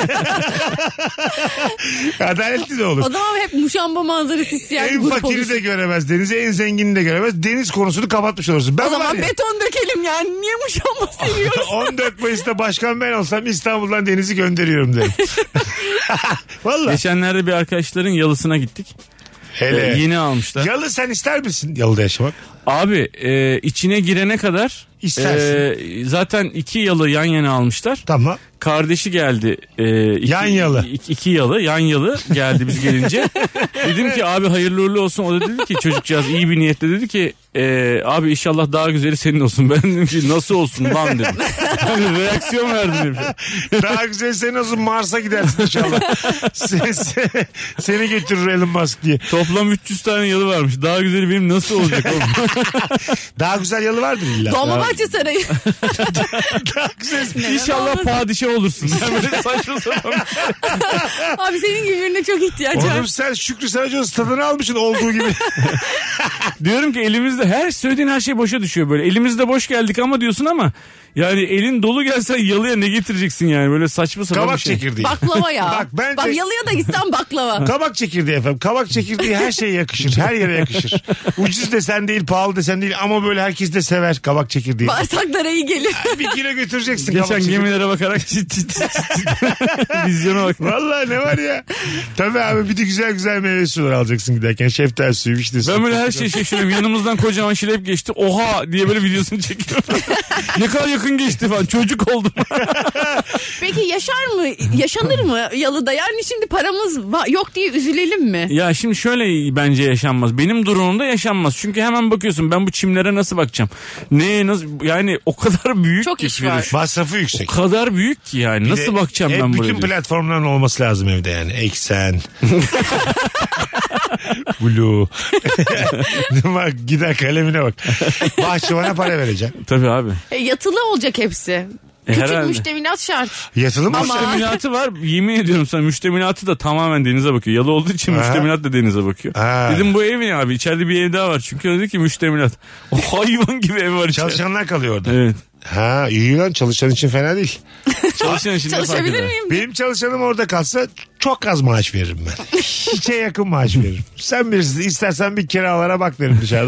Adaletli de olur. O zaman hep muşamba manzarası isteyen En grup fakiri oluşur. de göremez denizi, en zengini de göremez. Deniz konusunu kapatmış olursun. Ben O zaman var ya, beton dökelim yani. Niye muşamba seviyoruz? 14 Mayıs'ta başkan ben olsam İstanbul'dan denizi gönderiyorum derim. Vallahi. Geçenlerde bir arkadaşların yalısına gittik. Hele. Yeni almışlar. Yalı sen ister misin yalıda yaşamak? Abi içine girene kadar İstersin. zaten 2 yalı yan yana almışlar. Tamam. Kardeşi geldi. Yan yalı. 2 yalı yan yalı geldi biz gelince. Dedim ki abi hayırlı uğurlu olsun. O da dedi ki çocukcağız iyi bir niyetle dedi ki abi inşallah daha güzeli senin olsun. Ben dedim ki nasıl olsun lan dedim. Yani reaksiyon verdim. Daha güzel senin olsun, Mars'a gidersin inşallah. Seni götürür Elon Musk diye. Toplam 300 tane yalı varmış. Daha güzeli benim nasıl olacak oğlum? Daha güzel yalı vardır illa. Dolmabahçe Sarayı. Daha güzel. İnşallah padişah olursun. Yani böyle saçma sapan. Abi senin gibi birine çok ihtiyaç var. Oğlum sen Şükrü Saracoğlu stadını almışsın olduğu gibi. Diyorum ki elimizde söylediğin her şey boşa düşüyor böyle. Elimizde boş geldik ama diyorsun ama yani elin dolu gelsen yalıya ne getireceksin yani böyle saçma sapan Kabak bir şey. çekirdeği. Baklava ya. Bak, Bak yalıya da gitsen baklava. Kabak çekirdeği efendim. Kabak çekirdeği her şeye yakışır. Her yere yakışır. Ucuz desen değil, pahalı desen değil ama böyle herkes de sever kabak çekirdeği. Bağırsaklara iyi gelir. Bir kilo götüreceksin Geçen kabak çekirdeği. gemilere bakarak vizyona bak. Vallahi ne var ya. Tabii abi bir de güzel güzel meyve suları alacaksın giderken. Şeftali suyu, işte suyu. Ben böyle her şeyi şaşırıyorum. Yanımızdan kocaman şilep geçti. Oha diye böyle videosunu çekiyorum. Ne kadar yakın geçti falan. Çocuk oldum. Peki yaşanır mı yalıda? Yani şimdi paramız yok diye üzülelim mi? Ya şimdi şöyle bence yaşanmaz. Benim durumumda yaşanmaz. Çünkü hemen bakıyorsun ben bu çimlere nasıl bakacağım? Yani o kadar büyük çok ki iş var. Masrafı yüksek. O kadar büyük ki yani. Nasıl bakacağım ben buraya? Bütün platformların olması lazım evde yani. Eksen. Blue. Bak gider kalemine bak. Bahçıvana para vereceğim. Tabii abi. Yatılı olacak hepsi. Küçük herhalde. müştemilat şart. Yatılı mı? Müştemilatı var. Yemin ediyorum sana müştemilatı da tamamen denize bakıyor. Yalı olduğu için müştemilat da denize bakıyor. Dedim bu ev ne abi? İçeride bir ev daha var. Çünkü dedi ki müştemilat. O hayvan gibi ev var içeride. Çalışanlar kalıyor orada. Evet. Ha iyi lan, çalışan için fena değil. Çalışan için Çalışabilir miyim? Benim çalışanım orada kalsa çok az maaş veririm ben. Hiçe yakın maaş veririm. Sen bilirsin, istersen bir kiralara bak derim dışarıda.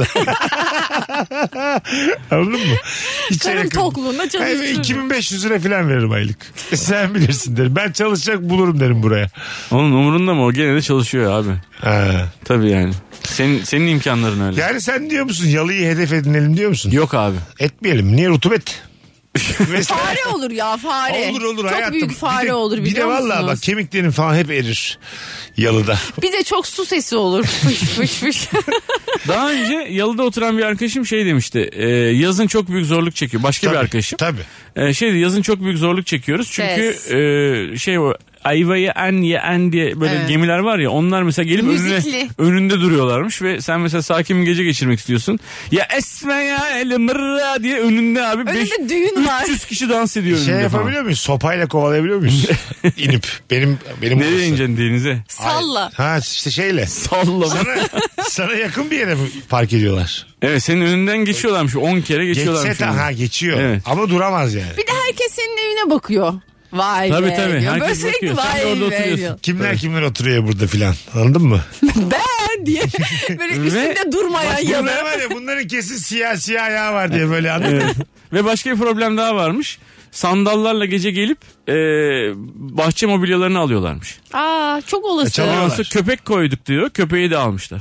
Anladın mı? Hiçe Karın yakın. tokluğunda çalıştırırım. 2500 lira falan veririm aylık. Sen bilirsin derim. Ben çalışacak bulurum derim buraya. Onun umurunda mı? O gene de çalışıyor abi. Ha. Tabii yani. Senin imkanların öyle. Yani sen diyor musun yalıyı hedef edinelim diyor musun? Yok abi. Etmeyelim. Niye? Rutubet. Mesela... Fare olur ya, fare. Olur çok hayatım. büyük fare olur biliyor Bir de musunuz? vallahi bak kemiklerin falan hep erir yalıda. Bir de çok su sesi olur. Fış fış fış. Daha önce yalıda oturan bir arkadaşım şey demişti. Yazın çok büyük zorluk çekiyor. Başka bir arkadaşım. Tabii. Yazın çok büyük zorluk çekiyoruz. Çünkü o ayvayı en diye böyle gemiler var ya, onlar mesela gelip önünde duruyorlarmış ve sen mesela sakin bir gece geçirmek istiyorsun. Ya esme ya el mırra diye önünde abi. Önünde düğün var. 300 kişi dans ediyor önünde yapabiliyor falan. muyuz? Sopayla kovalayabiliyor muyuz? İnip benim nereye ineceksin denize? Salla. Ha işte şeyle. Salla. Sana yakın bir yere mi park ediyorlar? Evet, senin önünden geçiyorlarmış. 10 kere geçiyorlarmış. Geçiyor. Evet. Ama duramaz yani. Bir de herkes senin evine bakıyor. Vay tabii, be. Tabii. Diyor. Herkes böyle bakıyor. sürekli Sen de orada vay be oturuyorsun. diyor. Kimler oturuyor burada filan. Anladın mı? Ben diye. Böyle üstünde durmayan yalı. Bunlar var ya, bunların kesin siyah ayağı var diye böyle anladın mı? Ve başka bir problem daha varmış. Sandallarla gece gelip bahçe mobilyalarını alıyorlarmış. Aa, çok olası. Çalıyorlar. Köpek koyduk diyor. Köpeği de almışlar.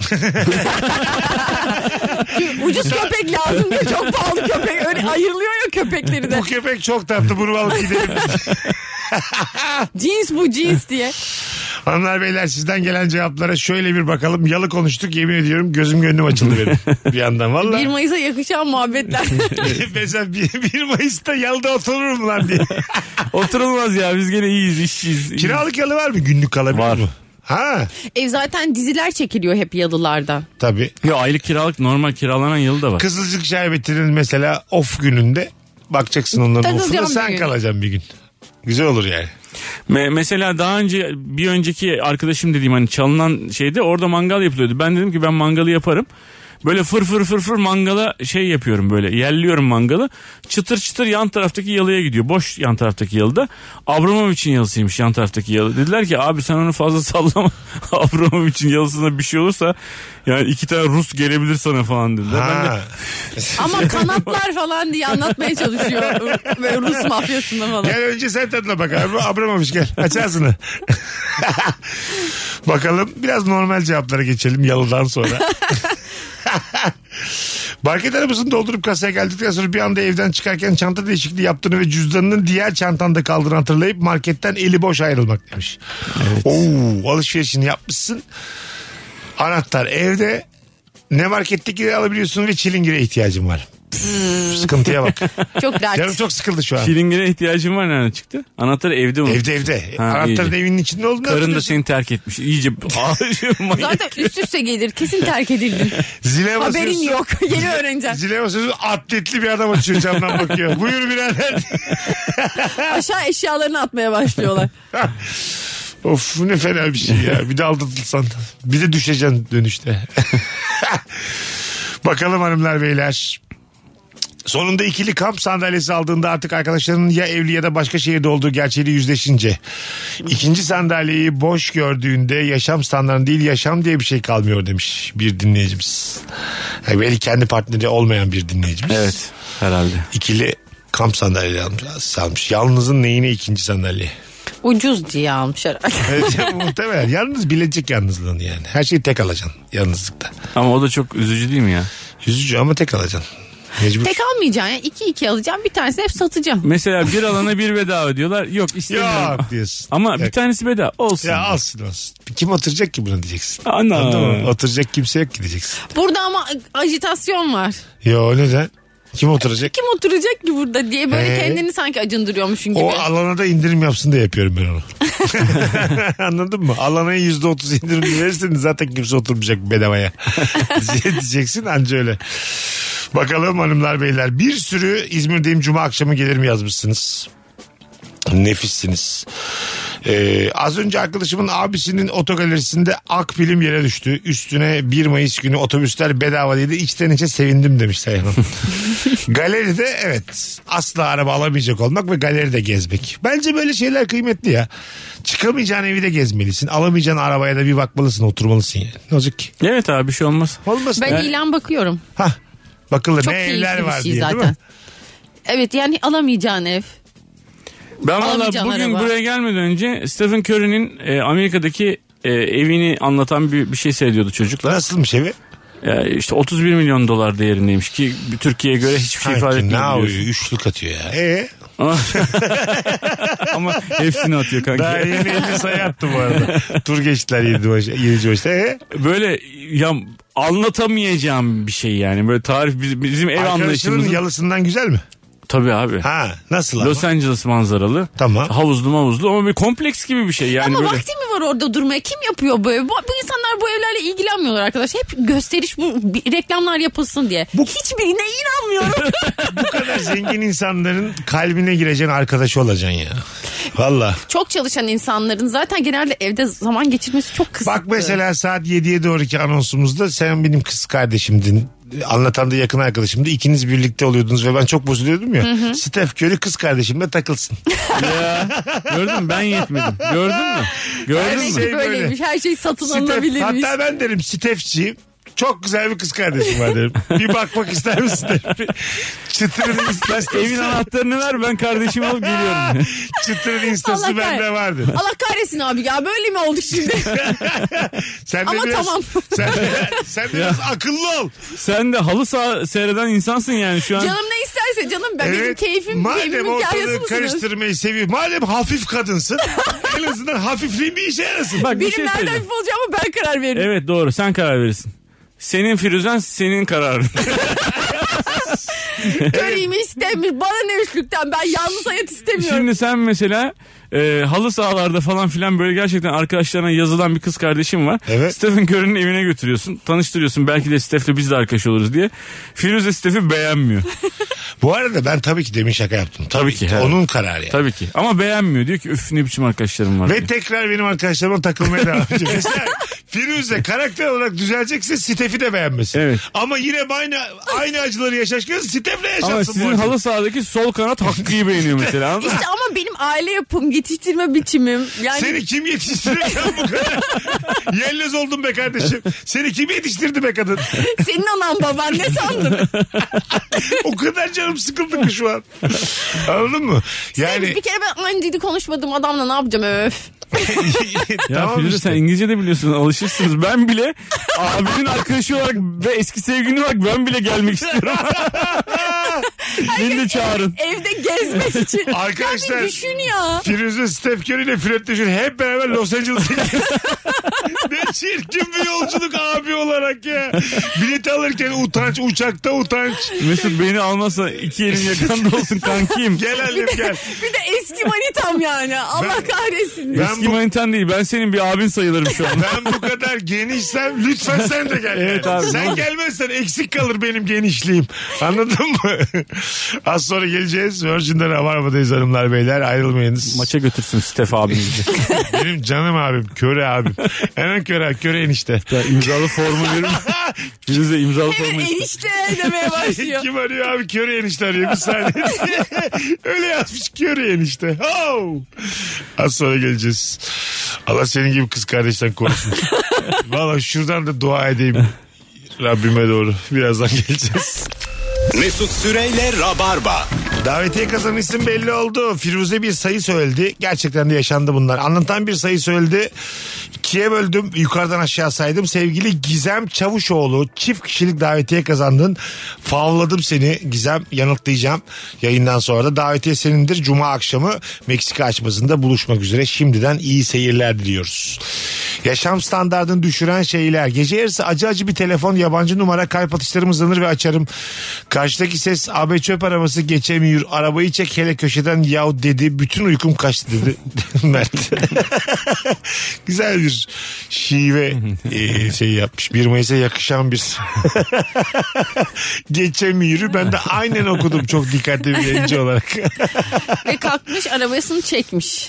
Ucuz köpek lazım diye çok pahalı köpek. Öyle ayırılıyor ya köpekleri de. Bu köpek çok tatlı, bunu alıp gidelim. Cins bu cins diye. Hanımlar beyler, sizden gelen cevaplara şöyle bir bakalım. Yalı konuştuk, yemin ediyorum gözüm gönlüm açıldı benim bir yandan valla. 1 Mayıs'a yakışan muhabbetler. Mesela 1 Mayıs'ta yalıda otururum lan diye. Oturulmaz ya, biz gene iyiyiz, işçiyiz. Kiralık yalı var mı? Günlük kalabilir var mi? Ha. Ev zaten diziler çekiliyor hep yalılardan. Tabii. Yo, aylık kiralık, normal kiralanan yalı da var. Kızılcık Şerbeti'nin mesela off gününde bakacaksın onların off'una, sen kalacaksın bir gün. Güzel olur yani. Mesela daha önce bir önceki arkadaşım dediğim hani çalınan şeyde orada mangal yapılıyordu. Ben dedim ki ben mangalı yaparım. Böyle fır mangala şey yapıyorum, böyle yerliyorum mangalı. Çıtır çıtır yan taraftaki yalıya gidiyor. Boş yan taraftaki yalıda. Abramovich'in yalısıymış yan taraftaki yalı. Dediler ki abi sen onu fazla sallama. Abramovich'in yalısına bir şey olursa yani 2 tane Rus gelebilir sana falan dediler. Ben de... Ama kanatlar falan diye anlatmaya çalışıyor. Böyle Rus mafyasında falan. Gel önce sen tadına bak abi. Abramovich gel. Aç ağzını. Bakalım biraz normal cevaplara geçelim yalıdan sonra. Market arabasını doldurup kasaya geldikten sonra bir anda evden çıkarken çanta değişikliği yaptığını ve cüzdanının diğer çantanda kaldığını hatırlayıp marketten eli boş ayrılmak demiş. Evet. Oo, alışverişini yapmışsın. Anahtar evde. Ne marketteki alabiliyorsun ve çilingire ihtiyacın var. Sıkıntıya bak. Çok dert. Canım çok sıkıldı şu an. Çilingire ihtiyacım var, nereden çıktı? Anahtarı evde mi? Evde. Ha, Anahtarın iyice. evinin içinde olduğunu Karın da hatırlıyorsun. seni terk etmiş. İyice Zaten üst üste gelir. Kesin terk edildin. Zile Haberin basıyorsun. yok. Yeni öğreneceğim. Zile basıyorsun, atletli bir adam açıyor camdan bakıyor. Buyur birader. Aşağı eşyalarını atmaya başlıyorlar. Of, ne fena bir şey ya. Bir de aldatılsan. Bir de düşeceksin dönüşte. Bakalım hanımlar beyler. Sonunda ikili kamp sandalyesi aldığında artık arkadaşlarının ya evli ya da başka şehirde olduğu gerçeğiyle yüzleşince, ikinci sandalyeyi boş gördüğünde yaşam standartı değil, yaşam diye bir şey kalmıyor demiş bir dinleyicimiz. Yani belki kendi partneri olmayan bir dinleyicimiz. Evet, herhalde. İkili kamp sandalyesi almış. Yalnızın neyine ikinci sandalye? Ucuz diye almış herhalde. Evet, muhtemelen. Yalnız bilecek yalnızlığını yani. Her şeyi tek alacaksın yalnızlıkta. Ama o da çok üzücü değil mi ya? Üzücü ama tek alacaksın. Mecbur. Tek almayacaksın ya. 2 alacağım. Bir tanesini hep satacağım. Mesela bir alana bir bedava diyorlar. Yok, istemiyorum. Yok diyorsun. Ama Yok. bir tanesi bedava olsun. Ya alsın. Kim oturacak ki buna diyeceksin. Ana. Anladın mı? Oturacak kimse yok ki diyeceksin. Burada ama ajitasyon var. Yo, neden? Kim oturacak? Kim oturacak ki burada diye böyle He. kendini sanki acındırıyormuşsun gibi. O alana da indirim yapsın diye yapıyorum ben onu. Anladın mı? Alana %30 indirim verirsen zaten kimse oturmayacak bedavaya. Diyeceksin anca öyle. Bakalım hanımlar beyler. Bir sürü İzmir'deyim cuma akşamı gelirim yazmışsınız. Nefissiniz. Az önce arkadaşımın abisinin otogalerisinde Akbil'im yere düştü. Üstüne 1 Mayıs günü otobüsler bedava dedi. İçten içe sevindim demiş Sayhan. Galeride evet, asla araba alamayacak olmak ve galeride gezmek. Bence böyle şeyler kıymetli ya. Çıkamayacağın evi de gezmelisin. Alamayacağın arabaya da bir bakmalısın, oturmalısın yani. Ne olacak ki? Evet abi, bir şey olmaz. Olmasın. Ben ilan bakıyorum. Hah, bakılır Çok ne keyifli evler bir var şey diye zaten. değil mi? Evet, yani alamayacağın ev. Ben valla Alamayacağın bugün araba. buraya gelmeden önce Stephen Curry'nin Amerika'daki evini anlatan bir şey seyrediyordu çocuklar. Nasılmış evi? İşte 31 milyon dolar değerindeymiş ki Türkiye'ye göre hiçbir şey ifade Sanki ne etmiyor. yapıyor? biliyorsun. Üçlük atıyor ya. Ama hepsini atıyor kanka. Daha yeni 50 sayı attı bu arada. Tur geçtiler 7. başta. Böyle ya, anlatamayacağım bir şey yani. Böyle tarif bizim ev Arkadaşının anlayışımızın. yalısından güzel mi? Tabii abi. Ha, nasıl ama? Los Angeles manzaralı. Tamam. Havuzlu ama bir kompleks gibi bir şey. Yani Ama böyle... vakti mi var orada durmaya? Kim yapıyor böyle? Bu insanlar bu evlerle ilgilenmiyorlar arkadaş. Hep gösteriş, reklamlar yapılsın diye. Hiçbirine inanmıyorum. Bu kadar zengin insanların kalbine gireceksin, arkadaşı olacaksın ya. Valla. Çok çalışan insanların zaten genelde evde zaman geçirmesi çok kısıtlı. Bak mesela saat 7'ye doğruki anonsumuzda sen benim kız kardeşimdin. Anlatan da yakın arkadaşımdı. İkiniz birlikte oluyordunuz ve ben çok bozuluyordum ya. Steph Curry kız kardeşimle takılsın. Ya, gördün mü? Ben yetmedim. Gördün mü? Gördün Demek mü? ki böyleymiş. Her şey satın alınabilirmiş. Hatta ben derim Steph'ciğim. Çok güzel bir kız kardeşim var derim. Bir bakmak ister misin derim. Çıtırın instası. Evin anahtarını ver, ben kardeşimi alıp geliyorum. Çıtırın instası Allah bende vardır. Allah kahretsin abi ya, böyle mi oldu şimdi? Sen de Ama biraz, tamam. Sen de biraz akıllı ol. Sen de halı saha seyreden insansın yani şu an. Canım ne isterse canım, ben benim keyfimin madem hikayesi ortalığı mısınız? karıştırmayı seviyor. Madem hafif kadınsın en azından hafifliğin bir işe yarasın. Bak, bir Benim şey nereden söyleyeceğim. hafif olacağımı ben karar veririm. Evet, doğru, sen karar verirsin. Senin Firuzen, senin kararın. Göreyim istemiş. Bana ne üçlükten, ben yalnız hayat istemiyorum. Şimdi sen mesela halı sahalarda falan filan böyle gerçekten arkadaşlarına yazılan bir kız kardeşim var. Evet. Stephen Curry'nin evine götürüyorsun. Tanıştırıyorsun. Belki de Steph'le biz de arkadaş oluruz diye. Firuze Steph'i beğenmiyor. Bu arada ben tabii ki demin şaka yaptım. Tabii ki, evet. Onun kararı yani. Tabii ki. Ama beğenmiyor. Diyor ki üf, ne biçim arkadaşlarım var. Ve diyor. tekrar benim arkadaşlarıma takılmaya devam edecek. Mesela Firuze karakter olarak düzelecekse Stef'i de beğenmesin. Evet. Ama yine aynı acıları yaşarken Stef'le yaşatsın. Ama bu sizin acıyı. halı sahadaki sol kanat Hakkı'yı beğeniyor mesela. Anladın mı? İşte ama benim aile yapım, yetiştirme biçimim. Yani Seni kim yetiştirdi ya bu kadar? Yellez oldun be kardeşim. Seni kim yetiştirdi be kadın? senin anan baban ne sandın? O kadar canım sıkıldı ki şu an. Anladın mı? Yani Bir kere ben aynı dili konuşmadığım adamla ne yapacağım öf. Ya tamam Firuze işte. sen İngilizce de biliyorsun, alışırsınız. Ben bile abinin arkadaşı olarak ve eski sevgilin olarak ben bile gelmek istiyorum. Beni de çağırın. Evde gezmek için. Arkadaşlar, Yani düşün ya. Firuze Steph Curry ile flörtleşiyor. Hep beraber Los Angeles'a gidiyoruz. Ne çirkin bir yolculuk abi olarak ya. Bilet alırken utanç, uçakta utanç. Mesut beni almasa iki elin yakanda olsun kankim. Gel annem gel. Bir de eski manitam yani. Allah kahretsin. Ben Eski manitan değil, ben senin bir abin sayılırım şu an. Ben bu kadar genişsem lütfen sen de gel. Evet abi, Sen ne gelmezsen eksik kalır benim genişliğim. Anladın mı? Az sonra geleceğiz. Virgin'de Rabarba'dayız hanımlar beyler. Ayrılmayınız. Maça götürsün Stef abimizi. Benim canım abim. Köre abim. Hemen köre enişte. Ya imzalı formu verir. Firuze imzalı formu Hemen ister. enişte demeye başlıyor. Kim arıyor abi? Köre enişte arıyor. Bir saniye. Öyle yazmış köre enişte. Oh! Az sonra geleceğiz. Allah senin gibi kız kardeşten korusun. Valla şuradan da dua edeyim Rabbime doğru. Birazdan geleceğiz. Mesut Süreyle Rabarba. Davetiye kazanan isim belli oldu. Firuze bir sayı söyledi. Gerçekten de yaşandı bunlar. Anlatan bir sayı söyledi. 2'ye böldüm. Yukarıdan aşağı saydım. Sevgili Gizem Çavuşoğlu, çift kişilik davetiye kazandın. Favladım seni Gizem, yanıtlayacağım. Yayından sonra da davetiye senindir. Cuma akşamı Meksika açmasında buluşmak üzere. Şimdiden iyi seyirler diliyoruz. Yaşam standartını düşüren şeyler. Gece yarısı acı bir telefon, yabancı numara, kalp atışlarım hızlanır ve açarım. Karşıdaki ses AB çöp arabası geçemiyor. Arabayı çek hele köşeden yav dedi. Bütün uykum kaçtı dedi. Mert. Güzel bir şive şey yapmış. 1 Mayıs'a yakışan bir geçemiyor. Ben de aynen okudum çok dikkatli bir yayıncı olarak. Ve kalkmış arabasını çekmiş.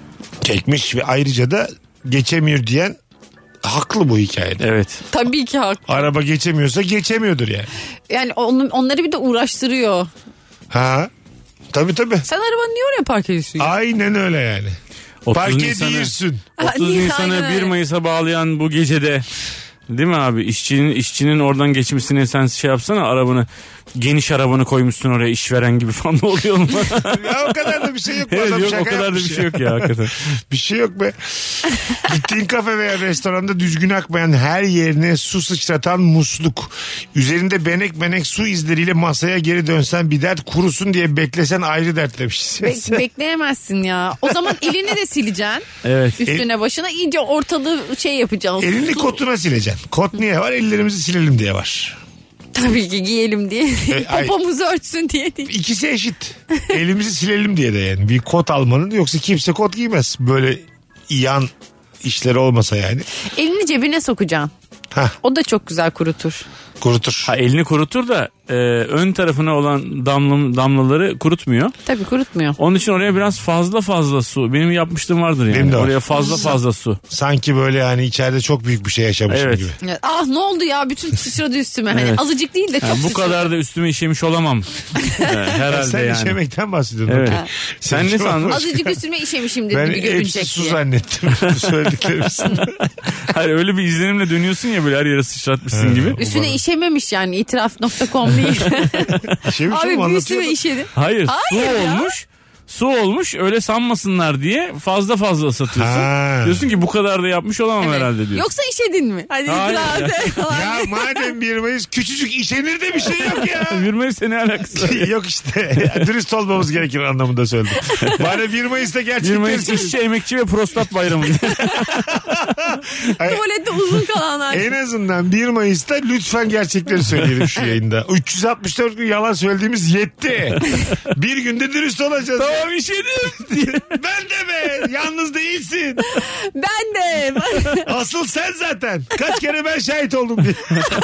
Çekmiş ve ayrıca da geçemiyor diyen haklı bu hikayede. Evet. Tabii ki haklı. Araba geçemiyorsa geçemiyordur yani. Yani onları bir de uğraştırıyor. Ha. Tabii. Sen arabanı niye oraya park ediyorsun? Aynen öyle yani. 30 Park Nisan'ı- ediyorsun. 30 Niye? Nisan'ı Aynen 1 öyle. Mayıs'a bağlayan bu gecede, değil mi abi? İşçinin oradan geçmesini sen şey yapsana, arabanı, geniş arabanı koymuşsun oraya, işveren gibi falan oluyor mu? Ya o kadar da bir şey yok. Evet, Adam yok, şaka o kadar da yapmış bir şey yok ya hakikaten. Bir şey yok be. Gittiğin kafe veya restoranda düzgün akmayan, her yerine su sıçratan musluk. Üzerinde benek su izleriyle masaya geri dönsen bir dert, kurusun diye beklesen ayrı dert demiş. Bekleyemezsin ya. O zaman elini de sileceksin. Evet. Üstüne başına iyice ortalığı şey yapacaksın. Elini Su- kotuna sileceksin. Kot niye var? Ellerimizi silelim diye var. Tabii ki giyelim diye. ay- Popomuzu örtsün diye değil. İkisi eşit. Elimizi silelim diye de yani. Bir kot almanın, yoksa kimse kot giymez. Böyle yan işleri olmasa yani. Elini cebine sokacaksın. Hah, O da çok güzel kurutur. kurutur. Ha, elini kurutur da ön tarafına olan damlaları kurutmuyor. Tabii kurutmuyor. Onun için oraya biraz fazla su. Benim yapmışlığım vardır Benim yani. de var. Oraya fazla su. Sanki böyle yani içeride çok büyük bir şey yaşamışım Evet. gibi. Evet. Ah ne oldu ya, bütün sıçradı üstüme. Hani Evet. azıcık değil de çok Yani bu sıçradı. kadar da üstüme işemiş olamam. Herhalde Sen yani. işemekten bahsediyorsun. Evet. Okey. Sen ne sandın? Azıcık üstüme işemişimdir Ben gibi hepsi görünecek su diye. zannettim. Söylediklerimizin. Hayır, öyle bir izlenimle dönüyorsun ya, böyle her yere sıçratmışsın gibi. Üstüne işememiş yani, itiraf.com değil. İşemiş Abi mi? bir üstüme Anlatıyordum. işedi. Hayır, su Hayır ya. olmuş. Su olmuş, öyle sanmasınlar diye fazla ısıtıyorsun. Ha. Diyorsun ki bu kadar da yapmış olamam Evet. herhalde diyorsun. Yoksa işedin mi? Hadi Hayır itiraf et falan. Ya madem 1 Mayıs, küçücük işenir de bir şey yok ya. Yürümeyi seni alakası var ya. Yok işte. Dürüst olmamız gerekir anlamında söyledim. Bari 1 Mayıs'ta 1 gerçekten... Mayıs işçi, emekçi ve prostat bayramı. Tuvalette uzun kalanlar. En azından 1 Mayıs'ta lütfen gerçekleri söyleyelim şu yayında. 364 gün yalan söylediğimiz yetti. Bir günde dürüst olacağız. Tamam, işedim. Ben de be. Yalnız değilsin. Ben de. Asıl sen zaten. Kaç kere ben şahit oldum diye.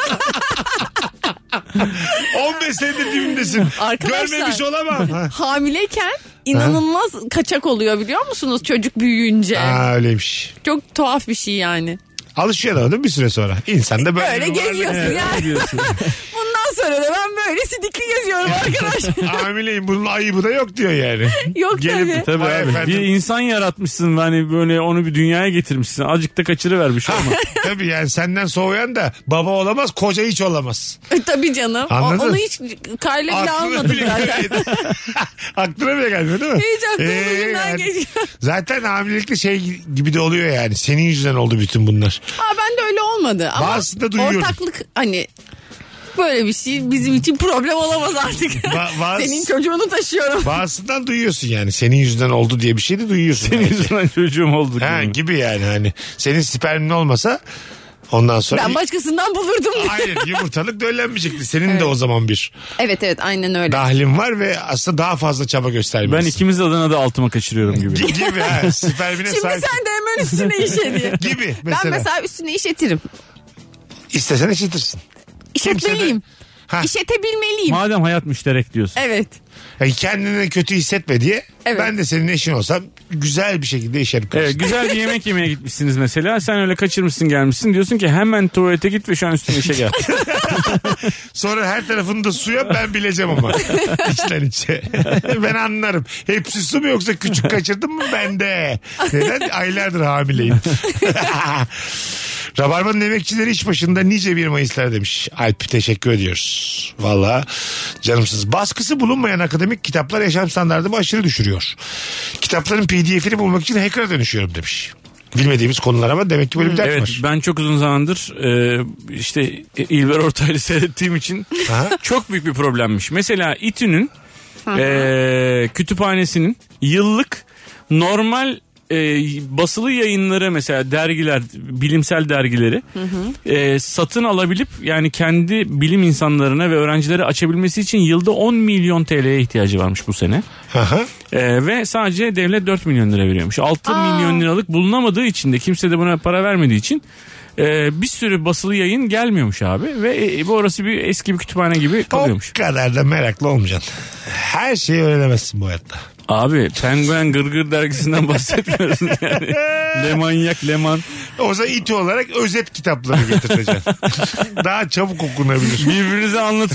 15 senedir dibimdesin. Arkadaşlar. Görmemiş olamam. Ha. Hamileyken inanılmaz kaçak oluyor biliyor musunuz çocuk büyüyünce? Aa, öyleymiş. Çok tuhaf bir şey yani. Alışıyor da değil mi bir süre sonra? İnsan da böyle Öyle bir varlık. geziyorsun yani. Diyorsun. Bundan sonra da ben böyle sidikli geziyorum arkadaş. Hamileyim, bunun ayıbı da yok diyor yani. Yok Gelip, Tabii "Vay abi. efendim." Bir insan yaratmışsın hani böyle onu bir dünyaya getirmişsin. Azıcık da kaçırıvermiş ama. Tabii yani senden soğuyan da baba olamaz, koca hiç olamaz. Tabii canım. Anladın? Onu hiç kale bile almadım zaten. Aklına bile gelmiyor değil mi? Hiç aklıma ucundan yani, geçiyor. zaten hamilelikte şey gibi de oluyor yani. Senin yüzünden oldu bütün bunlar. Ben de öyle olmadı. Ama Bazısında duyuyorum. ortaklık hani böyle bir şey bizim için problem olamaz artık. Senin çocuğunu taşıyorum. Bazısından duyuyorsun yani. Senin yüzünden oldu diye bir şey de duyuyorsun. Senin yüzünden çocuğum oldu. Gibi yani hani. Senin spermin olmasa ondan sonra... Ben başkasından bulurdum. Hayır, yumurtalık döllenmeyecekti. Senin de o zaman bir Evet aynen öyle. dahlin var ve aslında daha fazla çaba göstermelisin. Ben ikimiz adına da altıma kaçırıyorum gibi. Gibi ha. Spermine Şimdi sahip. sen de hemen üstüne işe diye. Gibi mesela. Ben mesela üstüne işetirim. İstesen işitirsin. İşetmeliyim. Ha. İşetebilmeliyim. Madem hayat müşterek diyorsun. Evet. Yani kendini kötü hissetme diye Evet. ben de senin eşin olsam güzel bir şekilde işerim. Evet, güzel bir yemek yemeye gitmişsiniz mesela. Sen öyle kaçırmışsın gelmişsin. Diyorsun ki hemen tuvalete git ve şu an üstüne işe gel. Sonra her tarafını da suya ben bileceğim ama. İçten içe. Ben anlarım. Hepsi su mu yoksa küçük kaçırdım mı ben de. Neden? Aylardır hamileyim. Rabarba'nın emekçileri iş başında nice 1 Mayıslar demiş. Alp, teşekkür ediyoruz. Valla canımsınız. Baskısı bulunmayan akademik kitaplar yaşam standartımı aşırı düşürüyor. Kitapların PDF'ini bulmak için hacker'a dönüşüyorum demiş. Bilmediğimiz konular ama demek ki böyle bir dert Evet, var. ben çok uzun zamandır işte İlber Ortaylı seyrettiğim için çok büyük bir problemmiş. Mesela İTÜ'nün kütüphanesinin yıllık normal basılı yayınları, mesela dergiler, bilimsel dergileri satın alabilip yani kendi bilim insanlarına ve öğrencilere açabilmesi için yılda 10 milyon TL'ye ihtiyacı varmış bu sene. Ve sadece devlet 4 milyon lira veriyormuş. 6 milyon liralık bulunamadığı için de, kimse de buna para vermediği için bir sürü basılı yayın gelmiyormuş abi ve bu orası bir eski bir kütüphane gibi kalıyormuş. O kadar da meraklı olmayacaksın. Her şeyi öğrenemezsin bu hayatta. Abi Penguen Gırgır dergisinden bahsetmiyorsun yani. Lemanyak Leman. O zaman İTÜ olarak özet kitapları getireceksin. Daha çabuk okunabilir. Birbirinize anlatın.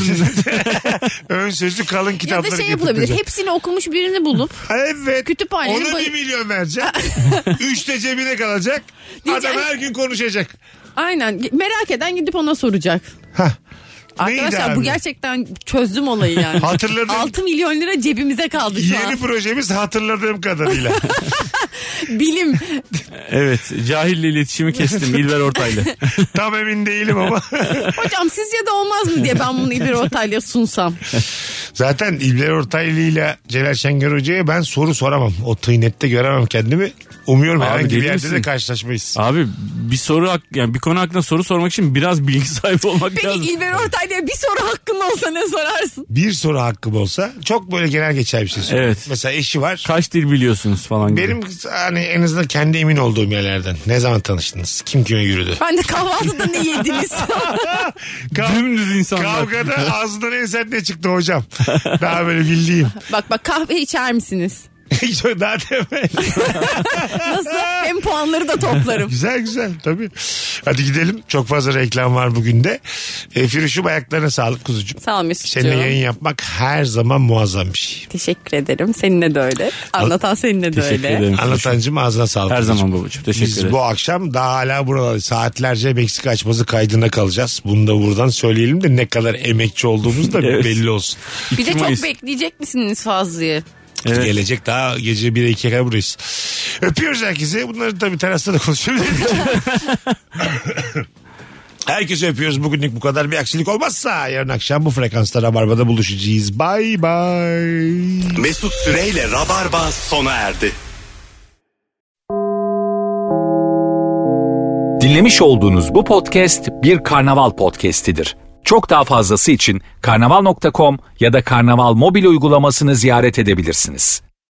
Ön sözü kalın Ya kitapları da şey yapılabilir. getireceksin. Hepsini okumuş birini bulup Evet. kütüphanenin Ona 1 milyon vereceksin. 3 de cebine kalacak. Adam her gün konuşacak. aynen merak eden gidip ona soracak. Neydi Arkadaşlar abi? bu gerçekten çözdüm olayı yani. Hatırladım. 6 milyon lira cebimize kaldı şu Yeni an. projemiz hatırladığım kadarıyla. Bilim. Evet, cahille iletişimi kestim İlber Ortaylı. Tam emin değilim ama. Hocam sizce de olmaz mı diye ben bunu İlber Ortaylı'ya sunsam. Zaten İlber Ortaylı ile Celal Şengör Hoca'ya ben soru soramam. O tıynette göremem kendimi. Umuyorum Abi herhangi bir deli yerde misin? de yani Abi bir soru yani bir konu hakkında soru sormak için biraz bilgi sahibi olmak Peki lazım. İlber Ortaylı'ya bir soru hakkın olsa ne sorarsın? Bir soru hakkım olsa çok böyle genel geçer bir şey söyleyeyim. Evet. Mesela eşi var. Kaç dil biliyorsunuz falan gibi. Benim hani en azından kendi emin olduğum yerlerden. Ne zaman tanıştınız? Kim kime yürüdü? Ben de kahvaltıda ne yediniz? Dümdüz insanlar. Kavgada ağzından en sert ne çıktı hocam? Daha böyle bildiğim. bak kahve içer misiniz? Daha temel. Nasıl? Hem puanları da toplarım. Güzel tabii. Hadi gidelim. Çok fazla reklam var bugün de. Firuş'um ayaklarına sağlık kuzucuğum. Sağ ol Mesut'cuğum. Seninle yayın yapmak her zaman muazzam bir şey. Teşekkür ederim. Seninle de öyle. Anlatan seninle de Teşekkür öyle. ederim. Anlatancım ağzına sağlık. Her kuzucuğum. zaman babacığım. Teşekkür Biz ederim. bu akşam daha hala burada saatlerce Meksika açması kaydında kalacağız. Bunu da buradan söyleyelim de ne kadar emekçi olduğumuz da Evet. belli olsun. Bir de 2 Mayıs. çok bekleyecek misiniz Fazlı'yı? Evet. Gelecek daha gece 1'e 2'ye kadar buradayız. Öpüyoruz herkese. Bunları tabii terasta da konuşabiliriz. Herkese öpüyoruz. Bugünlük bu kadar. Bir aksilik olmazsa yarın akşam bu frekansta Rabarba'da buluşacağız. Bye bye. Mesut Süreyle Rabarba sona erdi. Dinlemiş olduğunuz bu podcast bir karnaval podcastidir. Çok daha fazlası için karnaval.com ya da karnaval mobil uygulamasını ziyaret edebilirsiniz.